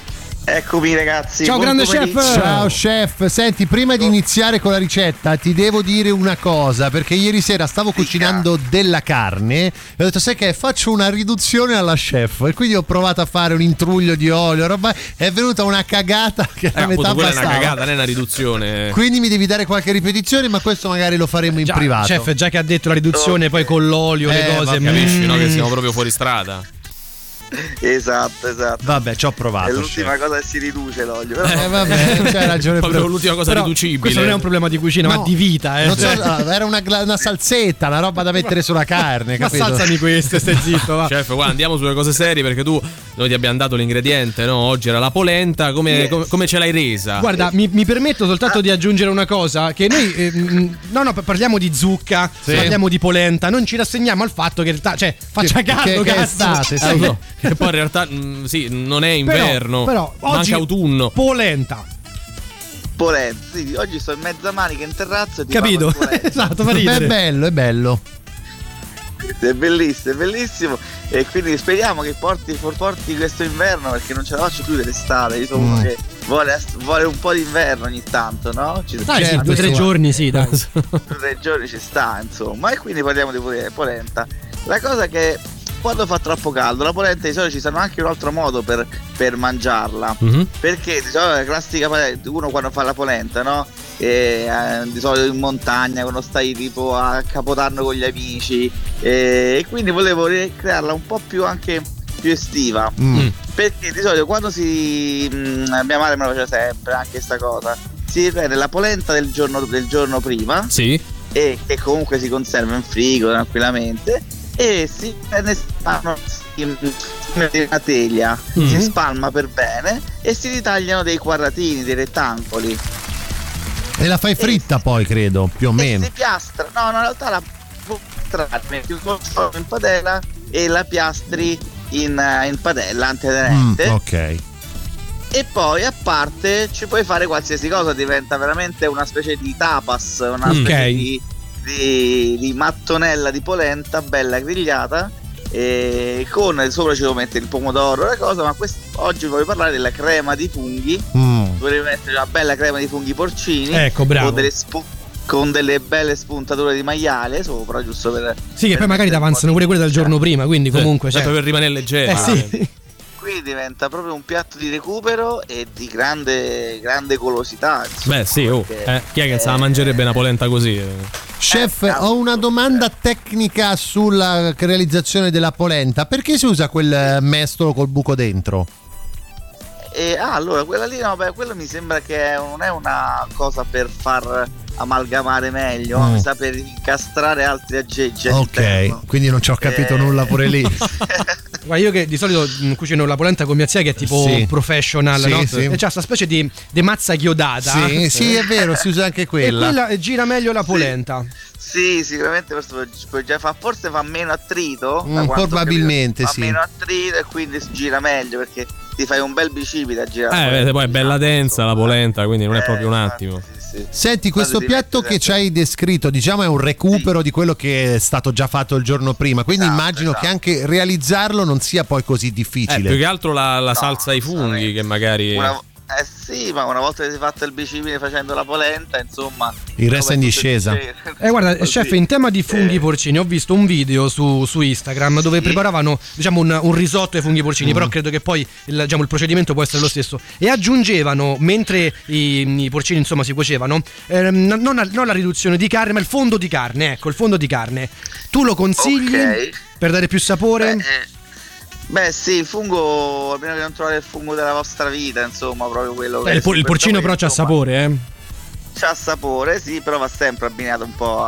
Eccomi ragazzi. Ciao grande pomeriggio. chef. Ciao chef, senti, prima di iniziare con la ricetta ti devo dire una cosa, perché ieri sera stavo cucinando della carne e ho detto sai che faccio una riduzione alla chef, e quindi ho provato a fare un intruglio di olio, roba, è venuta una cagata che a metà quella è bastava. una cagata, non è una riduzione. Quindi mi devi dare qualche ripetizione, ma questo magari lo faremo in privato. Chef, già che ha detto la riduzione, poi con l'olio, le cose, capisci, no? Che siamo proprio fuori strada. Esatto. Vabbè, ci ho provato. È l'ultima cosa che si riduce l'olio. Vabbè, c'hai ragione. Proprio l'ultima cosa riducibile. Questo non è un problema di cucina, No, ma di vita. Non so, era una salsetta, una roba da mettere sulla carne. Ma capito? salsami queste, stai zitto. Va. Chef, guarda, andiamo sulle cose serie, perché noi ti abbiamo dato l'ingrediente, no? Oggi era la polenta. Come ce l'hai resa? Guarda, mi permetto soltanto di aggiungere una cosa: che noi parliamo di zucca, parliamo di polenta, non ci rassegniamo al fatto che faccia caldo, che è estate, sì. No, che poi in realtà sì, non è inverno, però manca oggi autunno. Polenta, sì, oggi sto in mezza manica in terrazzo e ti capito? parlo di polenta. Esatto, fa ridere. È bello. È bellissimo e quindi speriamo che porti questo inverno, perché non ce la faccio più dell'estate. Io sono uno che vuole un po' d'inverno ogni tanto, no? Dai, sì, 2 o 3 giorni, sì, dai. 2 o 3 giorni ci sta, insomma. E quindi parliamo di polenta. La cosa che quando fa troppo caldo, la polenta di solito ci stanno anche un altro modo per mangiarla. Perché di solito la classica polenta, uno quando fa la polenta, no? Di solito in montagna, quando stai tipo a Capodanno con gli amici, e quindi volevo crearla un po' più estiva. Perché di solito quando mia madre me lo faceva sempre anche sta cosa, si prende la polenta del giorno prima, sì, e che comunque si conserva in frigo tranquillamente, e si prende una teglia, si spalma per bene e si ritagliano dei quadratini, dei rettangoli. E la fai fritta poi, credo, più o meno. Si piastra, no, in realtà la metti in padella e la piastri in padella antiaderente. Ok. E poi a parte ci puoi fare qualsiasi cosa, diventa veramente una specie di tapas, una specie di mattonella di polenta bella grigliata, e con sopra ci devo mettere il pomodoro, la cosa, ma oggi voglio parlare della crema di funghi. Dovrei mettere una bella crema di funghi porcini, ecco, bravo, con delle belle spuntature di maiale sopra, giusto per sì, che poi magari ti avanzano pure quelle del giorno prima, quindi comunque per rimanere leggeri. Sì. Qui diventa proprio un piatto di recupero e di grande golosità, insomma. Beh sì, chi è che sa mangerebbe una polenta così? Chef, ho una domanda tecnica sulla realizzazione della polenta. Perché si usa quel mestolo col buco dentro? Allora, quella lì, no, quello mi sembra che non è una cosa per far amalgamare meglio, ma mi sa per incastrare altri aggeggi. Ok, quindi non ci ho capito nulla pure lì. Ma io che di solito cucino la polenta con mia zia, che è tipo professional, no? E c'ha questa specie di mazza chiodata. Sì, è vero, si usa anche quella. E quella gira meglio la polenta. Sì, sicuramente forse fa meno attrito. Probabilmente fa meno attrito e quindi si gira meglio, perché ti fai un bel bicipite a girare. Poi è bella densa la polenta, quindi non è proprio un attimo. Sì. Senti, questo piatto che ci hai descritto, diciamo, è un recupero di quello che è stato già fatto il giorno prima, quindi immagino che anche realizzarlo non sia poi così difficile. Più che altro la salsa ai funghi, che magari sì, ma una volta che si è fatto il bicipite facendo la polenta, insomma, il resto è in discesa. Guarda, chef, in tema di funghi porcini, ho visto un video su Instagram dove preparavano, diciamo, un risotto ai funghi porcini, però credo che poi il procedimento può essere lo stesso, e aggiungevano, mentre i porcini insomma si cuocevano, non la riduzione di carne, ma il fondo di carne. Ecco, il fondo di carne tu lo consigli per dare più sapore? Beh sì, il fungo, almeno che non trovate il fungo della vostra vita, insomma, proprio quello. Il porcino però c'ha sapore, C'ha sapore, sì, però va sempre abbinato un po'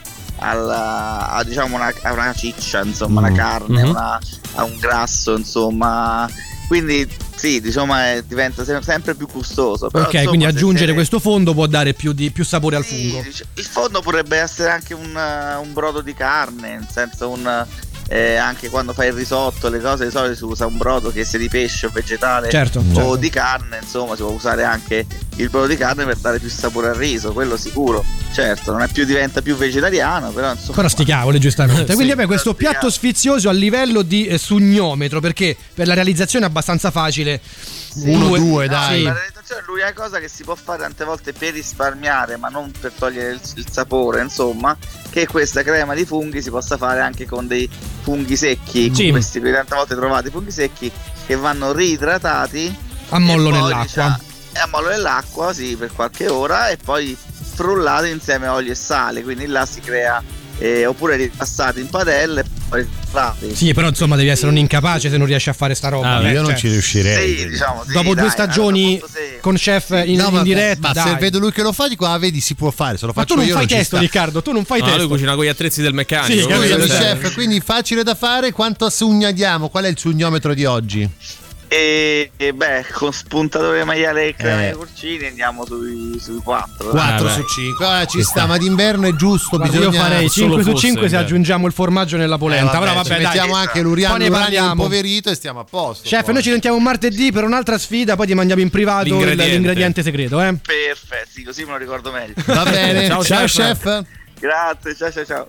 a diciamo a una ciccia, insomma, una carne, a un grasso, insomma. Quindi sì, diciamo diventa sempre più gustoso. Però, ok, insomma, quindi aggiungere questo fondo può dare più sapore al fungo. Il fondo potrebbe essere anche un brodo di carne, nel senso anche quando fai il risotto, le cose di solito si usa un brodo che sia di pesce o vegetale, certo. Di carne, insomma si può usare anche il brodo di carne per dare più sapore al riso, quello sicuro. Certo, non è diventa più vegetariano, però insomma. Però sti cavoli, giustamente. Quindi vabbè, questo piatto sfizioso a livello di sugnometro, perché per la realizzazione è abbastanza facile. 1-2, dai. La realizzazione è l'unica cosa che si può fare tante volte per risparmiare, ma non per togliere il sapore, insomma, che questa crema di funghi si possa fare anche con dei funghi secchi, questi che tante volte trovate, funghi secchi che vanno riidratati a mollo nell'acqua. A mollo nell'acqua, sì, per qualche ora, e poi frullati insieme a olio e sale, quindi là si crea oppure ripassati in padelle e poi frullati. Sì, però insomma devi essere un incapace se non riesci a fare sta roba. Io non ci riuscirei. Sì, diciamo, dopo 2 stagioni con chef in diretta, ma se vedo lui che lo fa, dico, vedi, si può fare. Se lo faccio ma tu non io, fai testo, Riccardo, tu non fai testo. Lui cucina con gli attrezzi del meccanico. Sì, chef, quindi facile da fare. Quanto sugna diamo? Qual è il sugnometro di oggi? E con spuntatore maiale e crema di porcini andiamo sui 4. 4 su 5. Ci sta, ma d'inverno è giusto. Io farei 5 su 5 se aggiungiamo il formaggio nella polenta. Però vabbè, mettiamo anche l'uranio impoverito e stiamo a posto. Chef, noi ci sentiamo un martedì per un'altra sfida, poi ti mandiamo in privato l'ingrediente segreto. Perfetto, sì, così me lo ricordo meglio. Va bene, ciao chef. Grazie, ciao.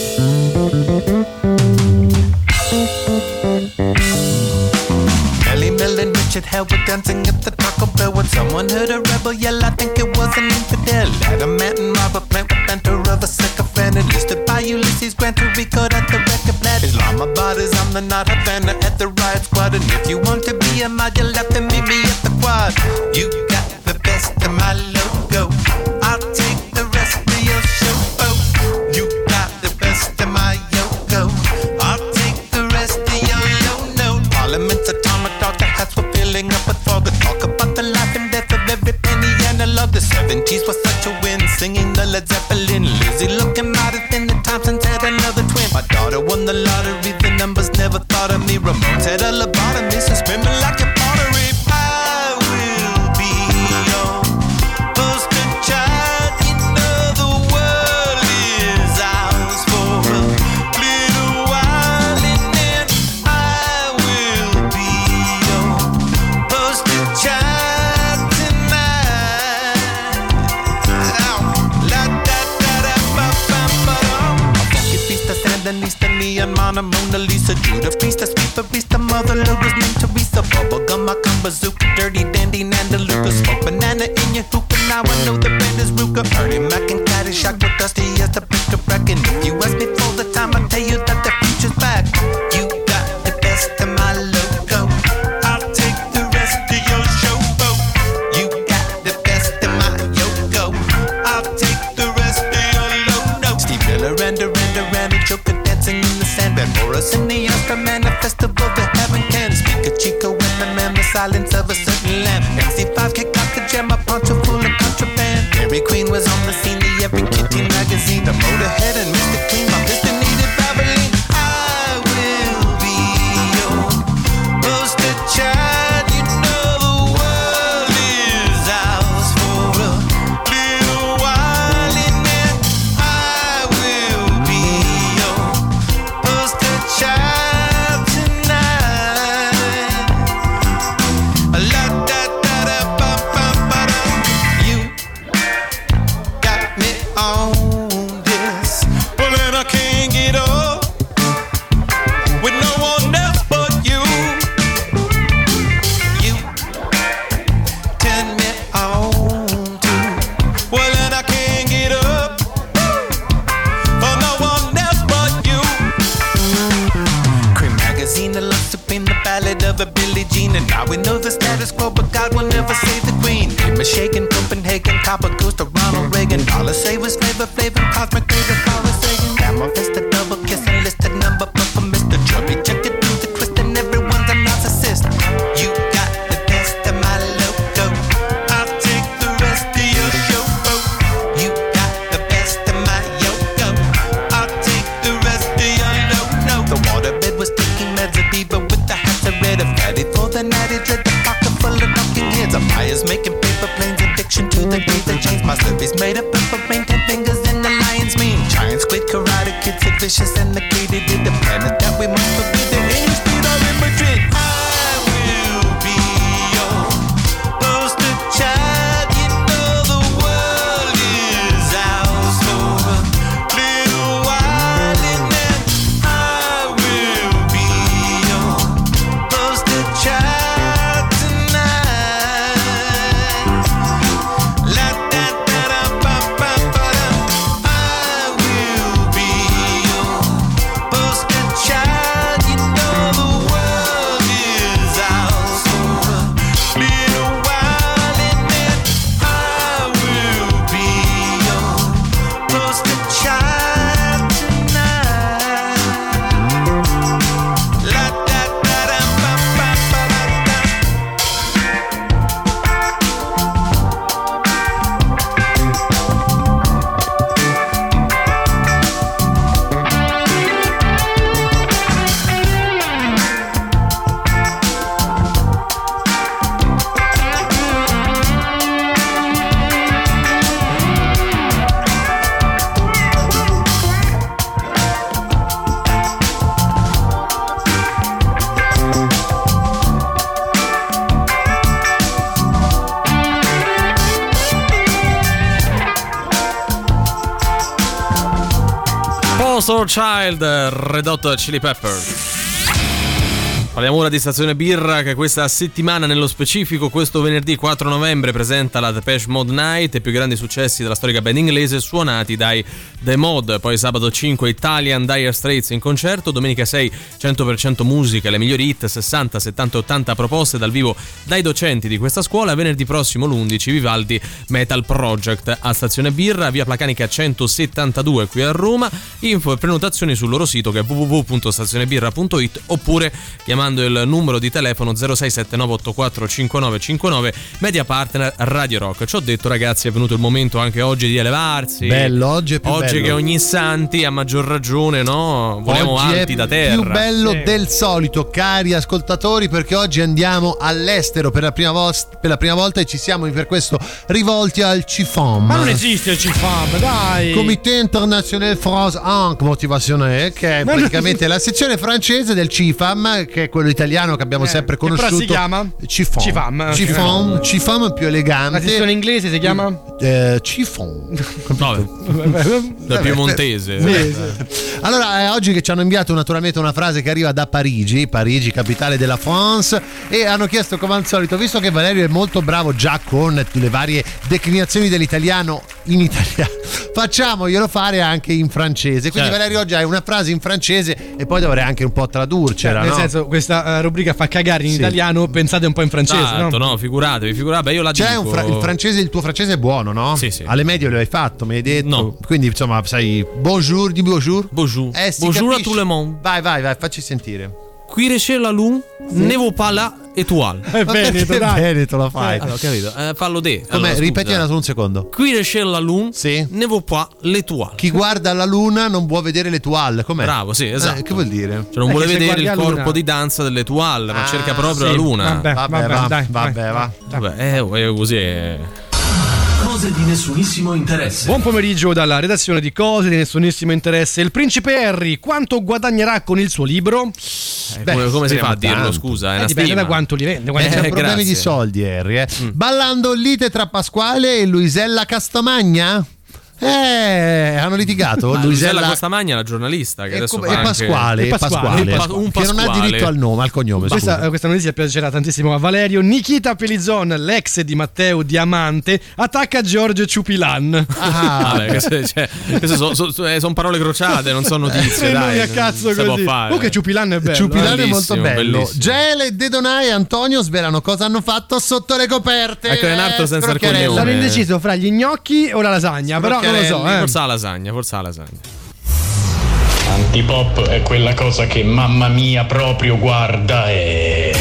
Melon, Richard Hell were dancing at the Taco Bell when someone heard a rebel yell. I think it was an infidel. Adamant and Robert Plant with banter of a sycophant. Enlisted by Ulysses Grant to record at the record plant. Islamabad is on the not Havana at the riot squad. And if you want to be a mod, you'll have to meet me at the quad. You got the best of my logo. I'll take the rest of your show. Oh, you got the best of my yo-go. I'll take the rest of your yo-no. Parliament's atomic dog, the hats were filling up with fog. Talk about the life and death of every penny analog. The 70s was such a win, singing the Led Zeppelin. Lizzie looking might have been the time since had another twin. My daughter won the lottery, the numbers never thought of me. Ramones had a lobotomy, so spin me like a pottery. I will be your poster child. You know the world is ours for a little while, and then I will be your poster child. Annalisa, Neon, Mona, Mona Lisa, Judah, Priest, Sweeper, Beast, the Mother, Louis, Mint, Teresa, Bubblegum, Macum, Bazooka, Dirty Dandy, Nanda, Lucas, Smoke Banana in your hookah, now I know the band is Ruka, Ernie Mac and Caddyshack with Dusty as the picture back, and if you ask me for the time, I'll tell you that the future's back. You got the best of my logo, I'll take the rest of your showboat. You got the best of my Yoko, I'll take the rest of your low-no. Steve Miller and Randy Joker dancing in the sand, Van Morris in the Oscar Man, a festival that heaven can speak. A Chico and the man, the silence of a certain lamb. MC5 kick out the jam, a poncho full of contraband. Dairy Queen was on the scene, the Every Kitty magazine, the Motorhead and Mr. Clean, my Mr. Needed Babylon. I will be your poster child. You know the world is ours for a little while, and then I will be your poster child tonight. La da da da ba ba ba da. You got me on this, well then I can't get up with no one else but you. You turn me on too, well then I can't get up for no one else but you. Cream magazine, the love supreme, the ballad of a Billie Jean, and now we know the status quo, but God will never save the queen. Name shaking, Copenhagen, copper goes to Ronald Reagan. Dollar savers, flavor, cosmic flavor, Carl Sagan. Gamma Vista, double kiss, enlisted number, but for Mr. Chubby, check it through the twist, and everyone's a narcissist. You got the best of my logo, I'll take the rest of your show. You got the best of my Yoko, I'll take the rest of your no. The waterbed was taking meds, a diva with the hats of red, a fatty for the natty dread, the pocket full of knocking heads. A fire's making paper planes, addiction to the days that change. My slurpees made up of brain, 10 fingers in the lion's mane. Giant squid, karate kids, so vicious and the gated in the planet that we must forbid. The English speed are in Madrid. I will be your poster child. You know the world is ours for a little while, and then I will be your poster child tonight. La da da da ba ba ba da. I will be your poster child. You know the world is ours for a little while, and then I will be your poster child tonight. La da da da ba ba ba da. Poster Child, Red Hot Chili Peppers. Parliamo ora di Stazione Birra, che questa settimana, nello specifico questo venerdì 4 novembre, presenta la Depeche Mode Night, i più grandi successi della storica band inglese suonati dai The Mod. Poi sabato 5 Italian Dire Straits in concerto, domenica 6 100% musica, le migliori hit 60, 70 e 80 proposte dal vivo dai docenti di questa scuola. Venerdì prossimo l'11 Vivaldi Metal Project a Stazione Birra, via Placanica 172 qui a Roma. Info e prenotazioni sul loro sito, che è www.stazionebirra.it, oppure chiamando il numero di telefono 0679845959, media partner Radio Rock. Ci ho detto, ragazzi, è venuto il momento anche oggi di elevarsi. Bello, oggi è più oggi bello. Che ogni santi, a maggior ragione, no? Vogliamo oggi alti da terra. Più bello del solito, cari ascoltatori, perché oggi andiamo all'estero per la prima volta e ci siamo per questo rivolti al CIFAM. Ma non esiste il CIFAM, dai! Comité International France Motivationnel, che è praticamente la sezione francese del CIFAM, che è quello italiano che abbiamo sempre conosciuto. Però si chiama Chiffon più elegante. La tradizione inglese si chiama Chiffon. Da piemontese. Allora, oggi che ci hanno inviato naturalmente una frase che arriva da Parigi, capitale della France, e hanno chiesto come al solito, visto che Valerio è molto bravo già con le varie declinazioni dell'italiano in italiano, facciamoglielo fare anche in francese. Quindi Valerio oggi hai una frase in francese e poi dovrei anche un po' tradurcela, nel senso, questa rubrica fa cagare in italiano, pensate un po' in francese. Esatto, no, figuratevi, beh, io la dico. Il francese, il tuo francese è buono, no? Sì. Alle medie lo hai fatto, mi hai detto. No. Quindi insomma, sai, bonjour, di bonjour. Bonjour. Bonjour a tout le monde. Vai, facci sentire. Qui c'è la lune, ne vaut pas la étoile. Veneto lo fai. Allora, capito. Fallo te. Allora, ripetiamo un secondo. Qui c'è la lune, ne vaut pas l'étoile. Chi guarda la luna non può vedere l'étoile. Com'è? Bravo, sì, esatto. Che vuol dire? Cioè, non vuole vedere il corpo di danza dell'étoile, ma cerca proprio la luna. Vabbè, così è. Cose di nessunissimo interesse. Buon pomeriggio dalla redazione di Cose di nessunissimo interesse. Il principe Harry quanto guadagnerà con il suo libro? Come si fa a dirlo? Scusa, è una dipende stima. da quanto li vende. C'è problemi di soldi, Harry. Ballando lite tra Pasquale e Luisella Castamagna? Hanno litigato. Luisella Costamagna, la giornalista, che adesso fa Pasquale, un Pasquale che non ha diritto al nome, al cognome. Questa notizia piacerà tantissimo a Valerio. Nikita Pellizzon, l'ex di Matteo Diamante, attacca Giorgio Ciupilan. Vabbè, queste sono parole crociate, non sono notizie. Dai, a cazzo così. Può fare. Comunque Ciupilan è bello. Ciupilan è molto bello. Bellissimo. Gele, Dedonai e Antonio svelano cosa hanno fatto sotto le coperte. Ecco, Renato senza il cognome. Sono indeciso fra gli gnocchi o la lasagna, però non lo so. Forse la lasagna. Antipop è quella cosa che mamma mia proprio guarda e...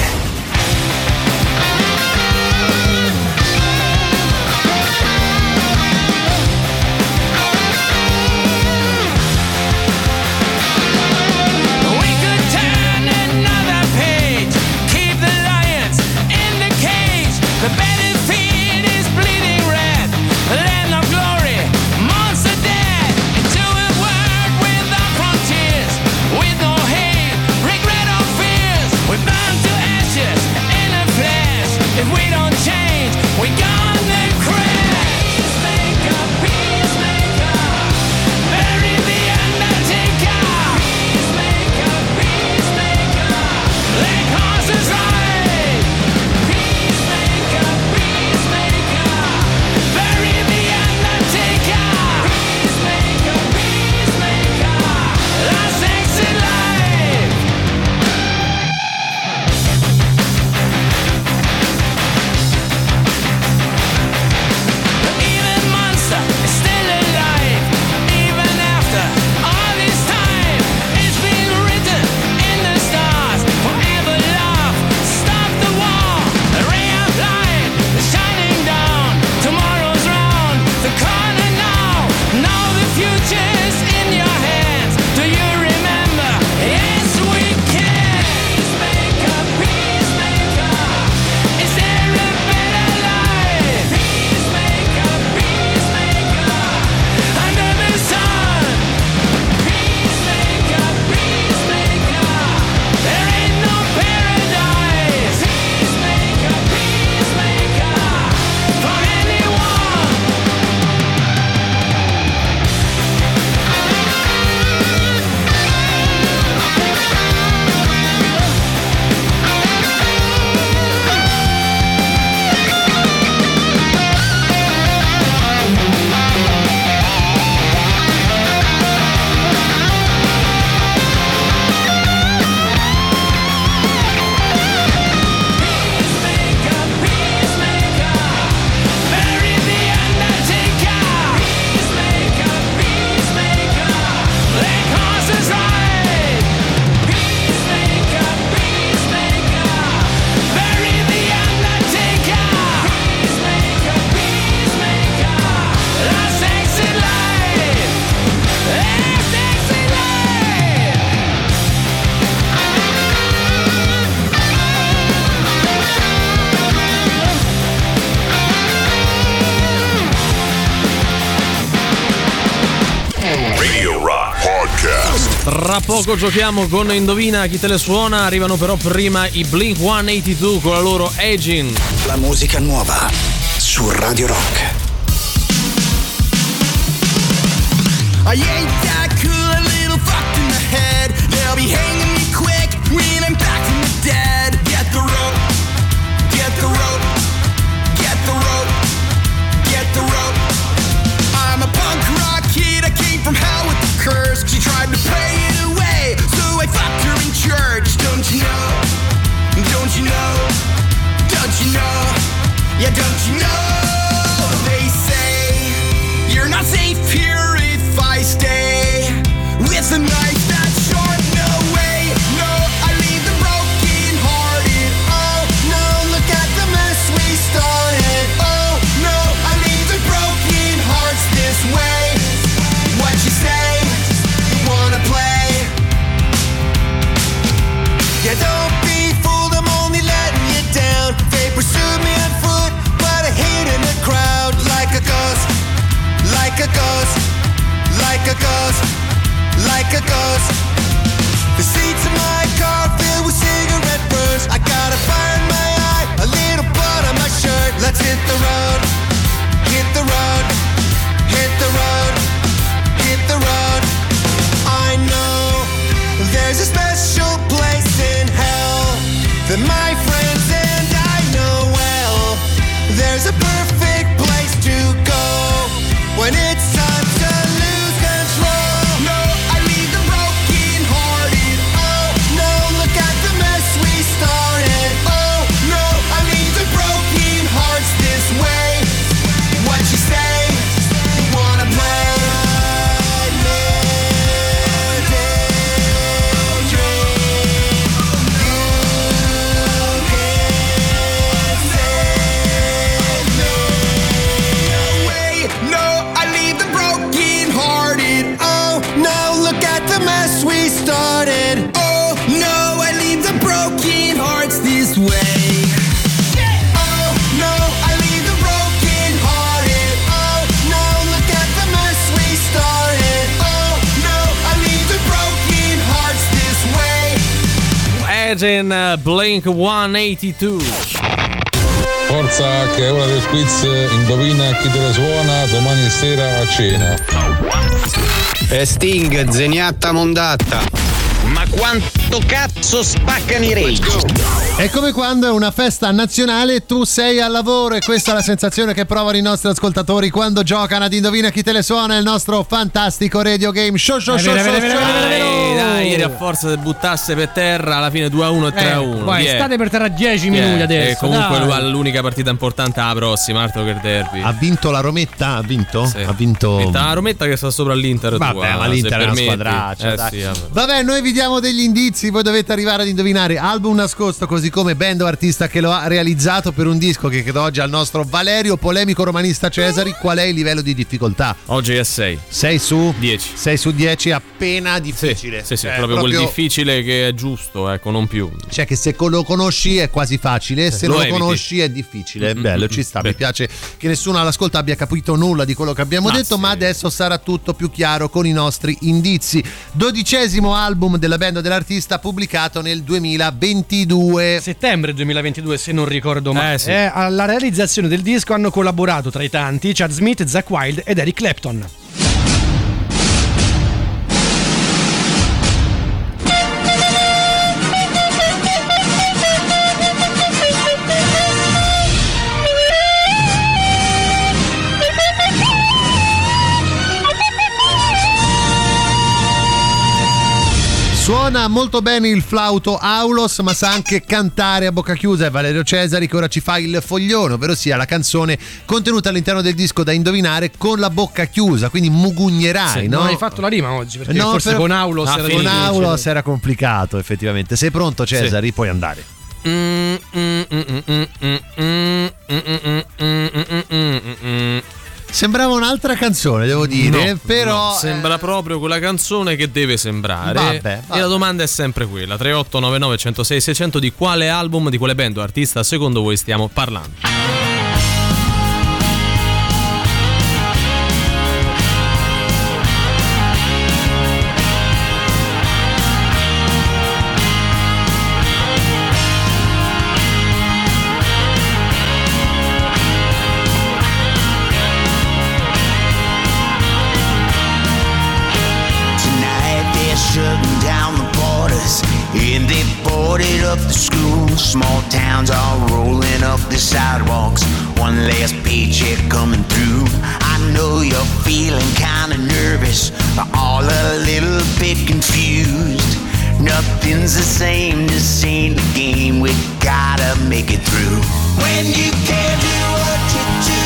Radio Rock Podcast. Tra poco giochiamo con Indovina chi te le suona, arrivano però prima i Blink 182 con la loro Aging. La musica nuova su Radio Rock. I ain't that cool, a little fucked in the head. They'll be hanging me quick when I'm back from the dead. Get the rope, get the rope, get the rope, get the rope. I'm a punk rock kid, I came from hell with the curse. She tried to pay it away, so I fucked her in church. Don't you know, don't you know, don't you know, yeah, don't you know. They say you're not safe here if I stay with a knife that's sharp. No way, no, I leave them broken hearted. Oh no, look at the mess we started. Oh no, I leave the broken hearts this way. What you say, you wanna play? Yeah, don't be fooled, I'm only letting you down. They pursued me on foot, but I hid in the crowd like a ghost, like a ghost, like a ghost, like a ghost. The seats of my car filled with cigarette burns. I got a fire in my eye, a little blood on my shirt. Let's hit the road, hit the road, hit the road, hit the road. I know there's a special place in hell that my friends and I know well. There's a perfect place to go when it's time to lose control. No, I leave the broken hearted. Oh no, look at the mess we started. Oh no, I leave the broken hearts this way. What you say, you wanna play? We started. Oh no, I leave the broken hearts this way. Oh no, I leave the broken hearted. Oh no, look at the mess we started. Oh no, I leave the broken hearts this way. Aging, Blink 182. Forza che è ora del quiz, indovina chi te la suona domani sera a cena. Sting, zeniatta mondatta. Ma quanto cazzo spaccano i rage? È come quando è una festa nazionale e tu sei al lavoro, e questa è la sensazione che provano i nostri ascoltatori quando giocano ad Indovina chi te le suona, il nostro fantastico radio game show. Dai, ieri a forza di buttasse per terra, alla fine 2-1 e 3-1. Poi state per terra 10 minuti adesso. E comunque l'unica partita importante la prossima, altro che il derby. Ha vinto la Rometta? Ha vinto? Sì. Ha vinto la Rometta che sta sopra l'Inter. Vabbè, ma l'Inter è una squadraccia. Sì, vabbè, noi vi diamo degli indizi, voi dovete arrivare ad indovinare album nascosto, così come band o artista che lo ha realizzato, per un disco che chiedo oggi al nostro Valerio, polemico romanista Cesari. Qual è il livello di difficoltà? Oggi è 6. 6 su 10. 6 su 10, appena difficile. Sì, proprio quel difficile che è giusto, ecco, non più. Cioè che se lo conosci è quasi facile, se non lo conosci è difficile. È bello, ci sta. Mi piace che nessuno all'ascolto abbia capito nulla di quello che abbiamo detto, ma adesso sarà tutto più chiaro con i nostri indizi. 12° album della band o dell'artista, pubblicato nel 2022. Settembre 2022, se non ricordo male. Alla realizzazione del disco hanno collaborato tra i tanti Chad Smith, Zakk Wylde ed Eric Clapton. Suona molto bene il flauto Aulos, ma sa anche cantare a bocca chiusa. È Valerio Cesari che ora ci fa il foglione, ovvero sia la canzone contenuta all'interno del disco da indovinare con la bocca chiusa, quindi mugugnerai, no? Non hai fatto la rima oggi, perché forse con Aulos era con Aulos era complicato, effettivamente. Sei pronto, Cesari? Sì. Puoi andare. Sembrava un'altra canzone, devo dire, però sembra proprio quella canzone che deve sembrare. Vabbè. E la domanda è sempre quella: 3899 106 600, di quale album, di quale band o artista secondo voi stiamo parlando? boarded up the school. Small towns all rolling up the sidewalks. One last paycheck coming through. I know you're feeling kinda nervous, all a little bit confused. Nothing's the same, this ain't the game, we gotta make it through. When you can't do what you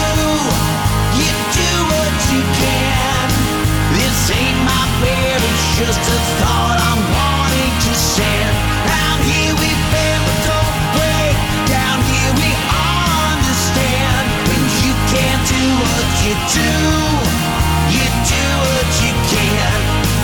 do what you can. This ain't my prayer, it's just a thought I'm wanting to send. Down here we bend but don't break, down here we understand. When you can't do what you do what you can.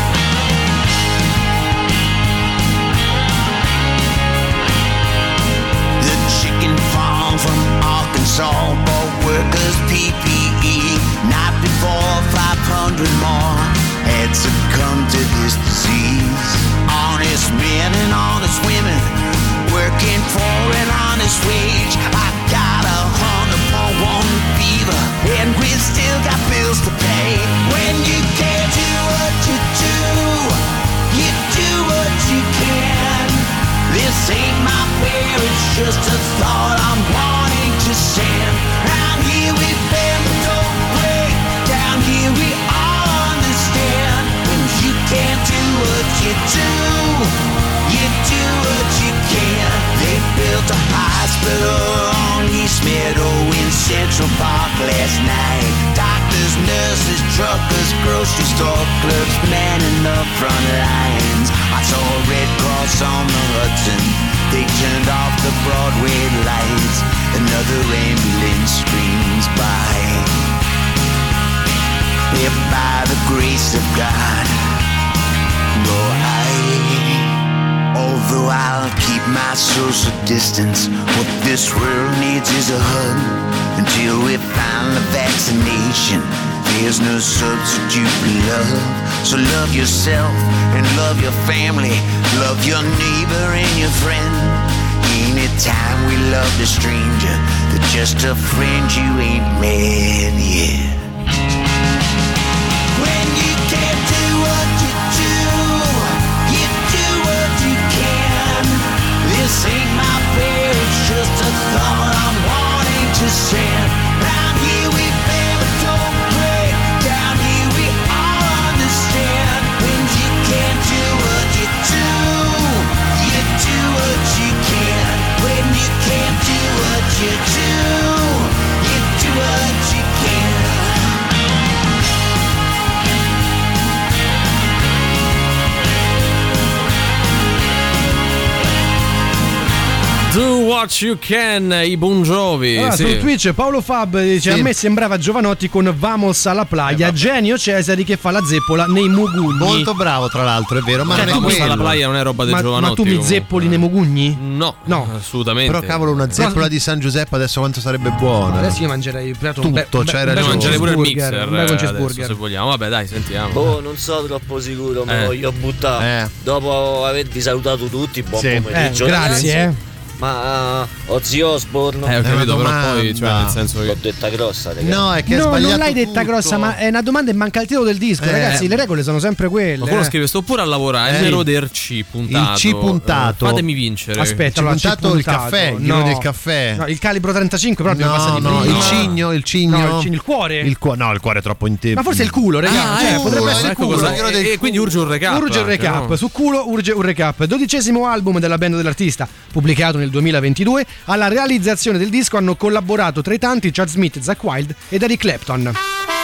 The chicken farm from Arkansas bought workers PPE. Night before 500 more had succumbed to this disease. Honest men and honest women working for an honest wage. I got 100.1 fever and we still got bills to pay. When you can't do what you do what you can. This ain't my prayer, it's just a thought I'm wanting to send. Down here we bend but don't break, down here we understand. When you can't do what you do what you can. They built a hospital on East Meadow in Central Park last night. Doctors, nurses, truckers, grocery store clerks manning the front lines. I saw a Red Cross on the Hudson. They turned off the Broadway lights. Another ambulance screams by. If by the grace of God, go although I'll keep my social distance, what this world needs is a hug. Until we find the vaccination, there's no substitute for love. So love yourself and love your family. Love your neighbor and your friend. Anytime we love a stranger, they're just a friend you ain't met yet. When you can't do what you do what you can. This ain't my prayer, it's just a thought I'm wanting to send. Down here we bend but don't break, down here we understand. When you can't do what you do what you can. When you can't do what you do what you can. Do what you can, i Bon Jovi. Allora, sì. Su Twitch Paolo Fab dice: Sì. a me sembrava Giovanotti con Vamos alla playa. Genio Cesari che fa la zeppola nei mugugni. Molto bravo, tra l'altro, è vero. Ma non è Vamos alla quello. playa non è roba del Giovanotti. Ma tu mi comunque. zeppoli nei mugugni? No, assolutamente. Però cavolo, una zeppola di San Giuseppe adesso quanto sarebbe buona. Adesso io mangerei tutto, c'hai ragione. Mangiare pure il mixer un bel adesso, cheeseburger. se vogliamo. Vabbè, dai, sentiamo. Oh, non sono troppo sicuro, me lo voglio buttare. Dopo avervi salutato tutti, buon pomeriggio. Grazie, Ma Ozzy Osbourne Ho capito, però poi, cioè, nel senso che l'ho detta grossa, ragazzi. No, è che no, sbagliato non l'hai tutto. detta grossa, ma è una domanda e manca il titolo del disco, ragazzi. Le regole sono sempre quelle. Qualcuno scrive: sto pure a lavorare, è vero del C puntato. Il C puntato. Fatemi vincere. Aspetta, allora, puntato il caffè, il giro del caffè. No, il calibro 35, però abbiamo passati prima. il cigno. No, il cuore. No, il cuore è troppo in tempo. Ma forse il culo, ragazzi. Potrebbe essere il culo. E quindi urge un recap. Urge un recap. No? Su culo urge un recap. 12° album della band dell'artista, pubblicato nel 2022. Alla realizzazione del disco hanno collaborato tra i tanti Chad Smith, Zakk Wylde ed Eric Clapton.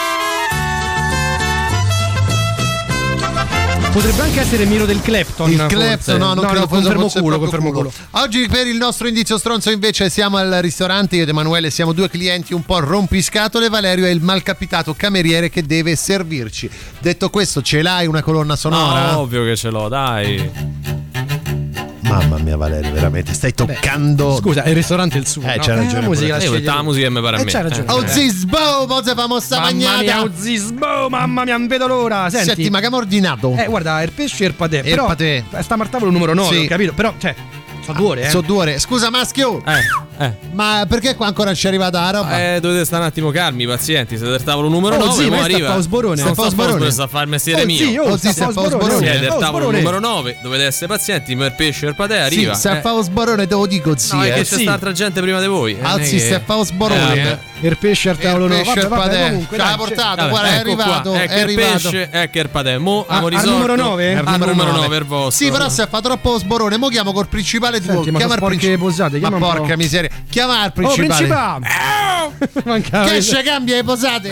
Potrebbe anche essere Miro del Clapton. Il Clapton, no, non credo. Confermo culo. Oggi per il nostro indizio stronzo invece siamo al ristorante. Io ed Emanuele siamo due clienti un po' rompiscatole. Valerio è il malcapitato cameriere che deve servirci. Detto questo, ce l'hai una colonna sonora? No, ovvio che ce l'ho, dai. Mamma mia, Valerio, veramente stai toccando. Scusa, il ristorante è il suo. C'è ragione. La musica che mi pare a me. C'è ragione. Zisbo, cosa famo sta magnata? Mamma mia, non vedo l'ora. Senti, ma che abbiamo ordinato? Guarda, il pesce e il patè. Però sta Martavolo numero 9, sì. Ho capito. Però, cioè, Sono 2 ore, Sono 2 ore. Scusa, maschio. Ma perché qua ancora non ci è arrivata la roba? Dovete stare un attimo calmi, pazienti. Siete al tavolo numero 9. Zì, Mo arriva. sta sborone. Sta a fare il mestiere mio. Siete al tavolo numero 9. Dovete essere pazienti. Per pesce e il patè arriva. Sì, se fa lo sborone te lo dico, zio. No, è che c'è sta altra gente prima di voi. Anzi, se fa lo sborone. Il pesce al tavolo 9. Ce l'ha portato, guarda, è arrivato. È il pesce, è che il patè. Mo al numero 9? Al numero 9 il vostro. Sì, però se fa troppo lo sborone, mo chiamo col principale tuo. Chiama il principale. Ma porca miseria. Chiama il principale. Che esce cambia le posate.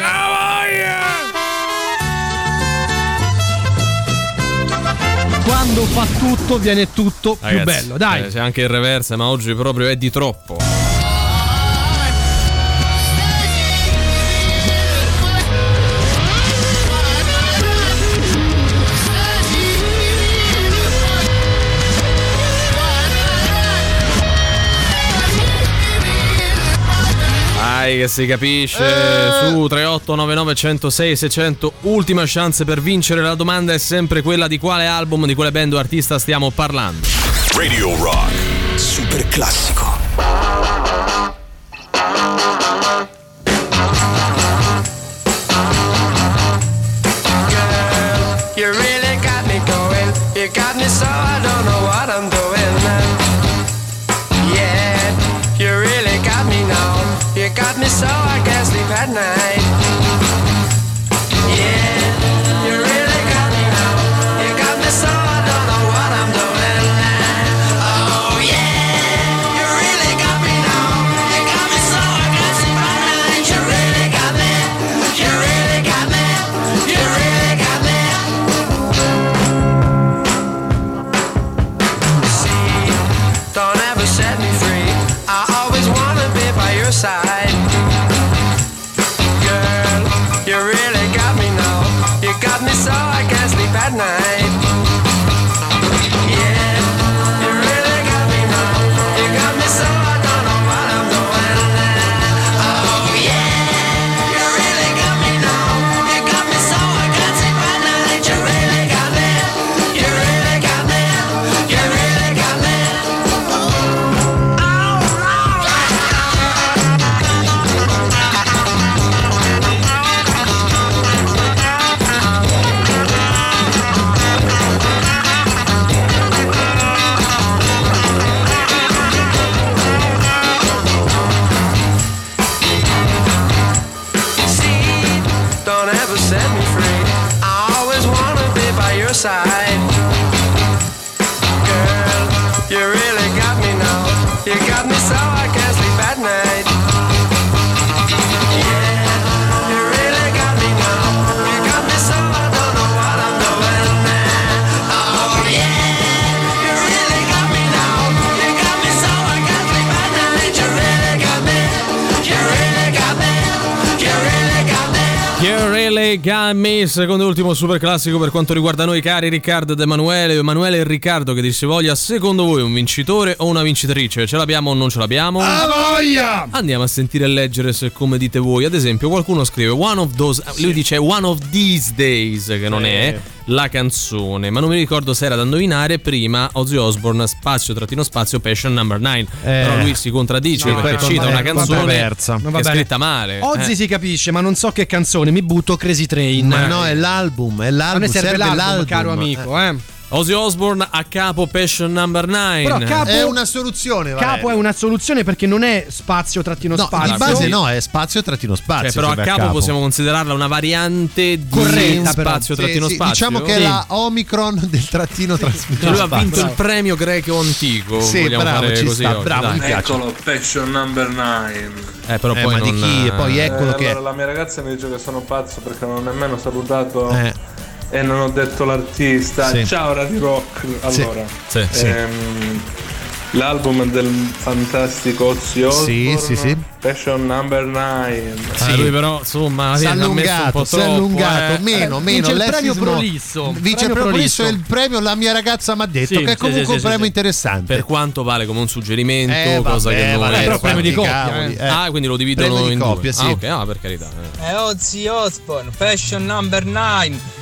Quando fa tutto viene tutto più bello, dai. C'è anche il reverse, ma oggi proprio è di troppo. Che si capisce. Su 3899 106 600, ultima chance per vincere. La domanda è sempre quella: di quale album, di quale band o artista stiamo parlando? Radio Rock Super classico. You really got me going. You got me so I don't know what I'm doing. Yeah, you really got me now. You got me so I can't sleep at night. Yeah, you really got me now. You got me so I don't know what I'm doing. Oh yeah, you really got me now. You got me so I can't sleep at night. You really got me. You really got me. You really got me. See, don't ever set me free. I always wanna be by your side. Girl, you really got me now. You got me so I can't sleep at night. Yeah, you really got me now. You got me so I don't know what I'm doing. Oh yeah, you really got me now. You got me so I can't sleep at night. You really got me. You really got me. You really got me. See, don't ever set me free. I always wanna be by your side. Girl, you really got me now. You got me so I can't sleep at night. Yeah, you really got me now. You got me so I don't know what I'm doing. Oh yeah, you really got me now. You got me so I can't sleep at night. You really got me. You really got me. You really got me. You really got me, secondo e ultimo super classico per quanto riguarda noi, cari Riccardo ed Emanuele. Emanuele e Riccardo, che dir si voglia, secondo voi un vincitore o una vincitrice? Ce l'abbiamo o non ce l'abbiamo? A voglia! Andiamo a sentire e leggere se come dite voi. Ad esempio qualcuno scrive One of Those, lui dice One of These Days, che non è la canzone, ma non mi ricordo se era da indovinare prima Ozzy Osbourne spazio Passion Number 9. Però lui si contraddice perché cita una canzone che è scritta male. Ozzy si capisce, ma non so che canzone, mi butto Crazy Train. Ma no, è l'album, A me serve l'album, caro amico, Ozzy Osbourne a capo Passion Number 9. Però capo è una soluzione, Capo è una soluzione perché non è spazio trattino spazio. Di base no, è spazio trattino spazio. Però a capo possiamo considerarla una variante di corretta, spazio trattino spazio. Diciamo che è la Omicron del trattino trasmetto. Lui ha vinto il premio greco antico. Sì, vogliamo bravo, fare ci così sta, oggi, bravo, dai. mi piace. Eccolo, Passion Number 9. Però poi ma non... di chi? E poi eccolo che allora, la mia ragazza mi dice che sono pazzo perché non ho nemmeno salutato e non ho detto l'artista. Sì. Ciao Radio Rock. Allora, sì. L'album del fantastico Ozzy Osbourne, sì. Passion Number 9. Lui però insomma si è allungato, meno vince il premio Prolisso. Vince il premio Prolisso e il premio La mia ragazza mi ha detto, che è comunque un premio interessante. Per quanto vale come un suggerimento, cosa che non è. Però premio di coppia. Quindi lo dividono in coppia, due. sì. Per carità. È Ozzy Osbourne, Passion Number 9.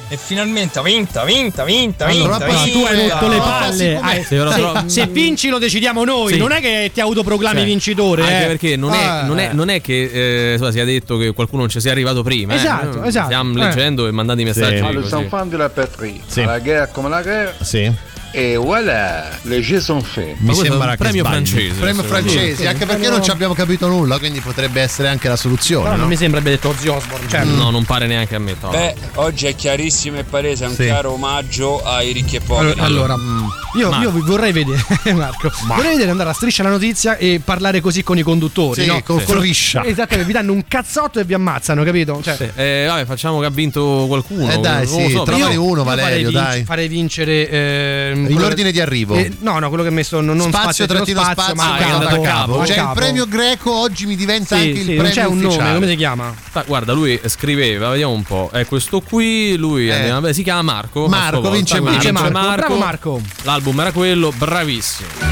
e finalmente ha vinto. Allora, tu hai rotto le palle. Se vinci lo decidiamo noi, non è che ti autoproclami vincitore. Anche perché non è che sia detto che qualcuno non ci sia arrivato prima. Esatto. Stiamo leggendo e mandando i messaggi. Allora, siamo fan della Petri. La guerra come la guerra. Sì. E voilà, le jeux sont faits. Mi sembra che premio francese. Premio francese, anche perché non ci abbiamo capito nulla, quindi potrebbe essere anche la soluzione. Però non mi sembra abbia detto Ozzy Osbourne. Cioè, no, non pare neanche a me. Beh, oggi è chiarissimo e palese, è un chiaro omaggio ai ricchi e poveri. Allora, io vorrei vedere, Marco, vorrei vedere andare a Striscia la notizia e parlare così con i conduttori, no? Con Striscia. Esattamente, vi danno un cazzotto e vi ammazzano, capito? Cioè, vabbè, facciamo che ha vinto qualcuno. Dai, trovane uno, Valerio, dai. Farei vincere in ordine di arrivo. No, quello che ho messo non spazio ma capo. C'è il premio greco, oggi mi diventa anche il premio non c'è un ufficiale. nome, come si chiama? Guarda, lui scriveva, vediamo un po'. È questo qui, lui si chiama Marco. Marco vince Marco. Bravo Marco. L'album era quello, bravissimo.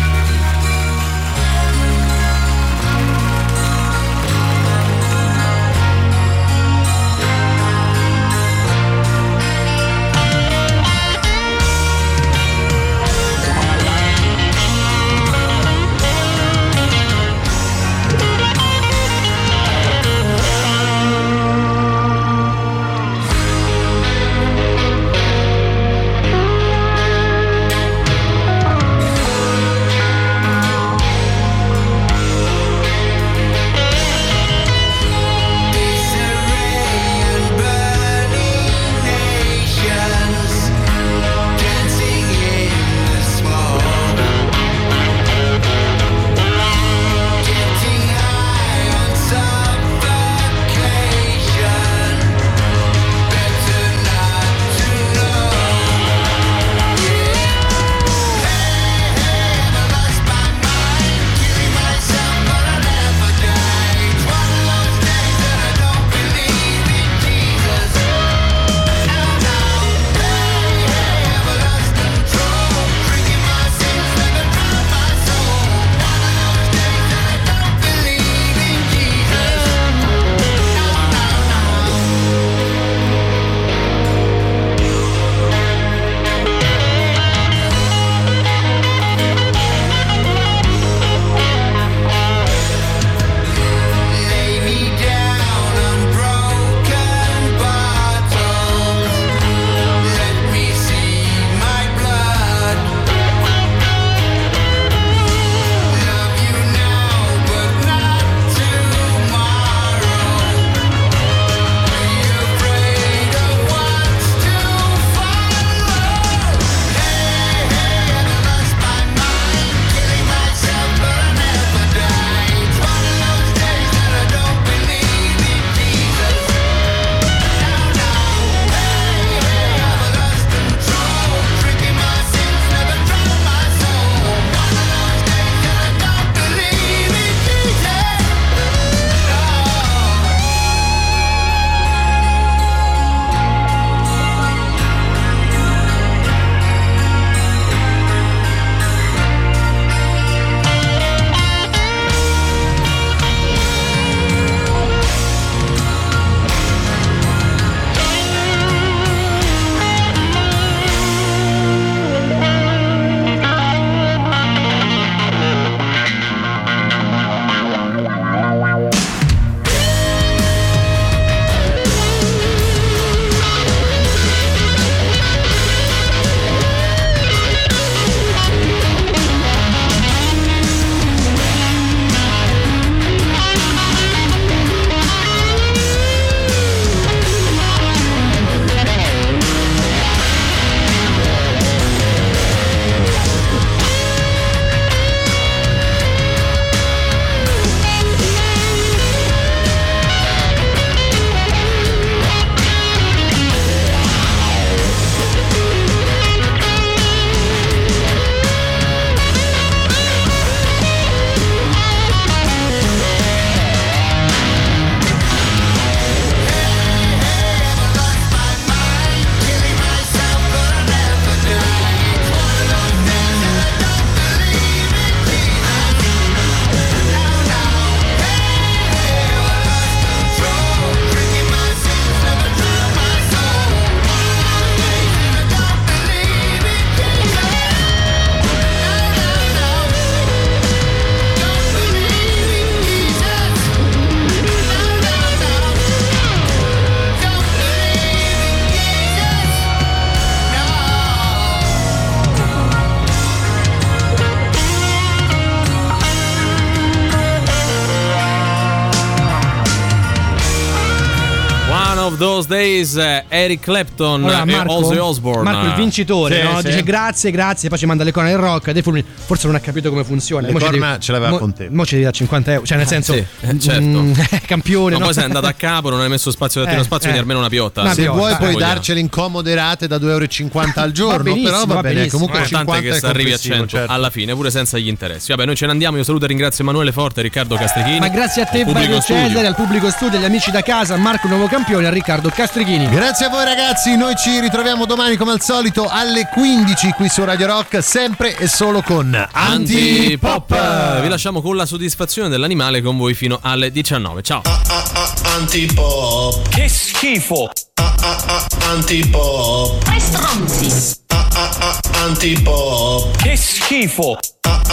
of Those Days, Eric Clapton e Ozzy Osbourne. Marco il vincitore, no? Dice grazie, poi ci manda le corna del rock. Forse non ha capito come funziona. Le corna ce l'aveva con te. Mo ci devi da 50 euro, cioè nel senso certo. campione. Ma poi sei andato a capo, non hai messo spazio quindi almeno una piotta. Se vuoi puoi darcele in comode rate da 2,50 euro al giorno, però va bene, comunque l'importante è che si arrivi a 100 certo. alla fine, pure senza gli interessi. Vabbè, noi ce ne andiamo. Io saluto e ringrazio Emanuele Forte e Riccardo Castrichini. Ma grazie a te, Mario Cesare, al pubblico studio, agli amici da casa, Marco Nuovo Campione, a Riccardo Castrichini. Grazie a voi ragazzi, noi ci ritroviamo domani come al solito alle 15 qui su Radio Rock, sempre e solo con Antipop. Vi lasciamo con la soddisfazione dell'animale con voi fino alle 19. Ciao. Antipop. Che schifo. Antipop. Tre stronzi. Antipop. Che schifo.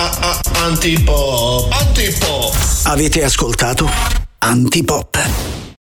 Antipop. Antipop. Avete ascoltato Antipop.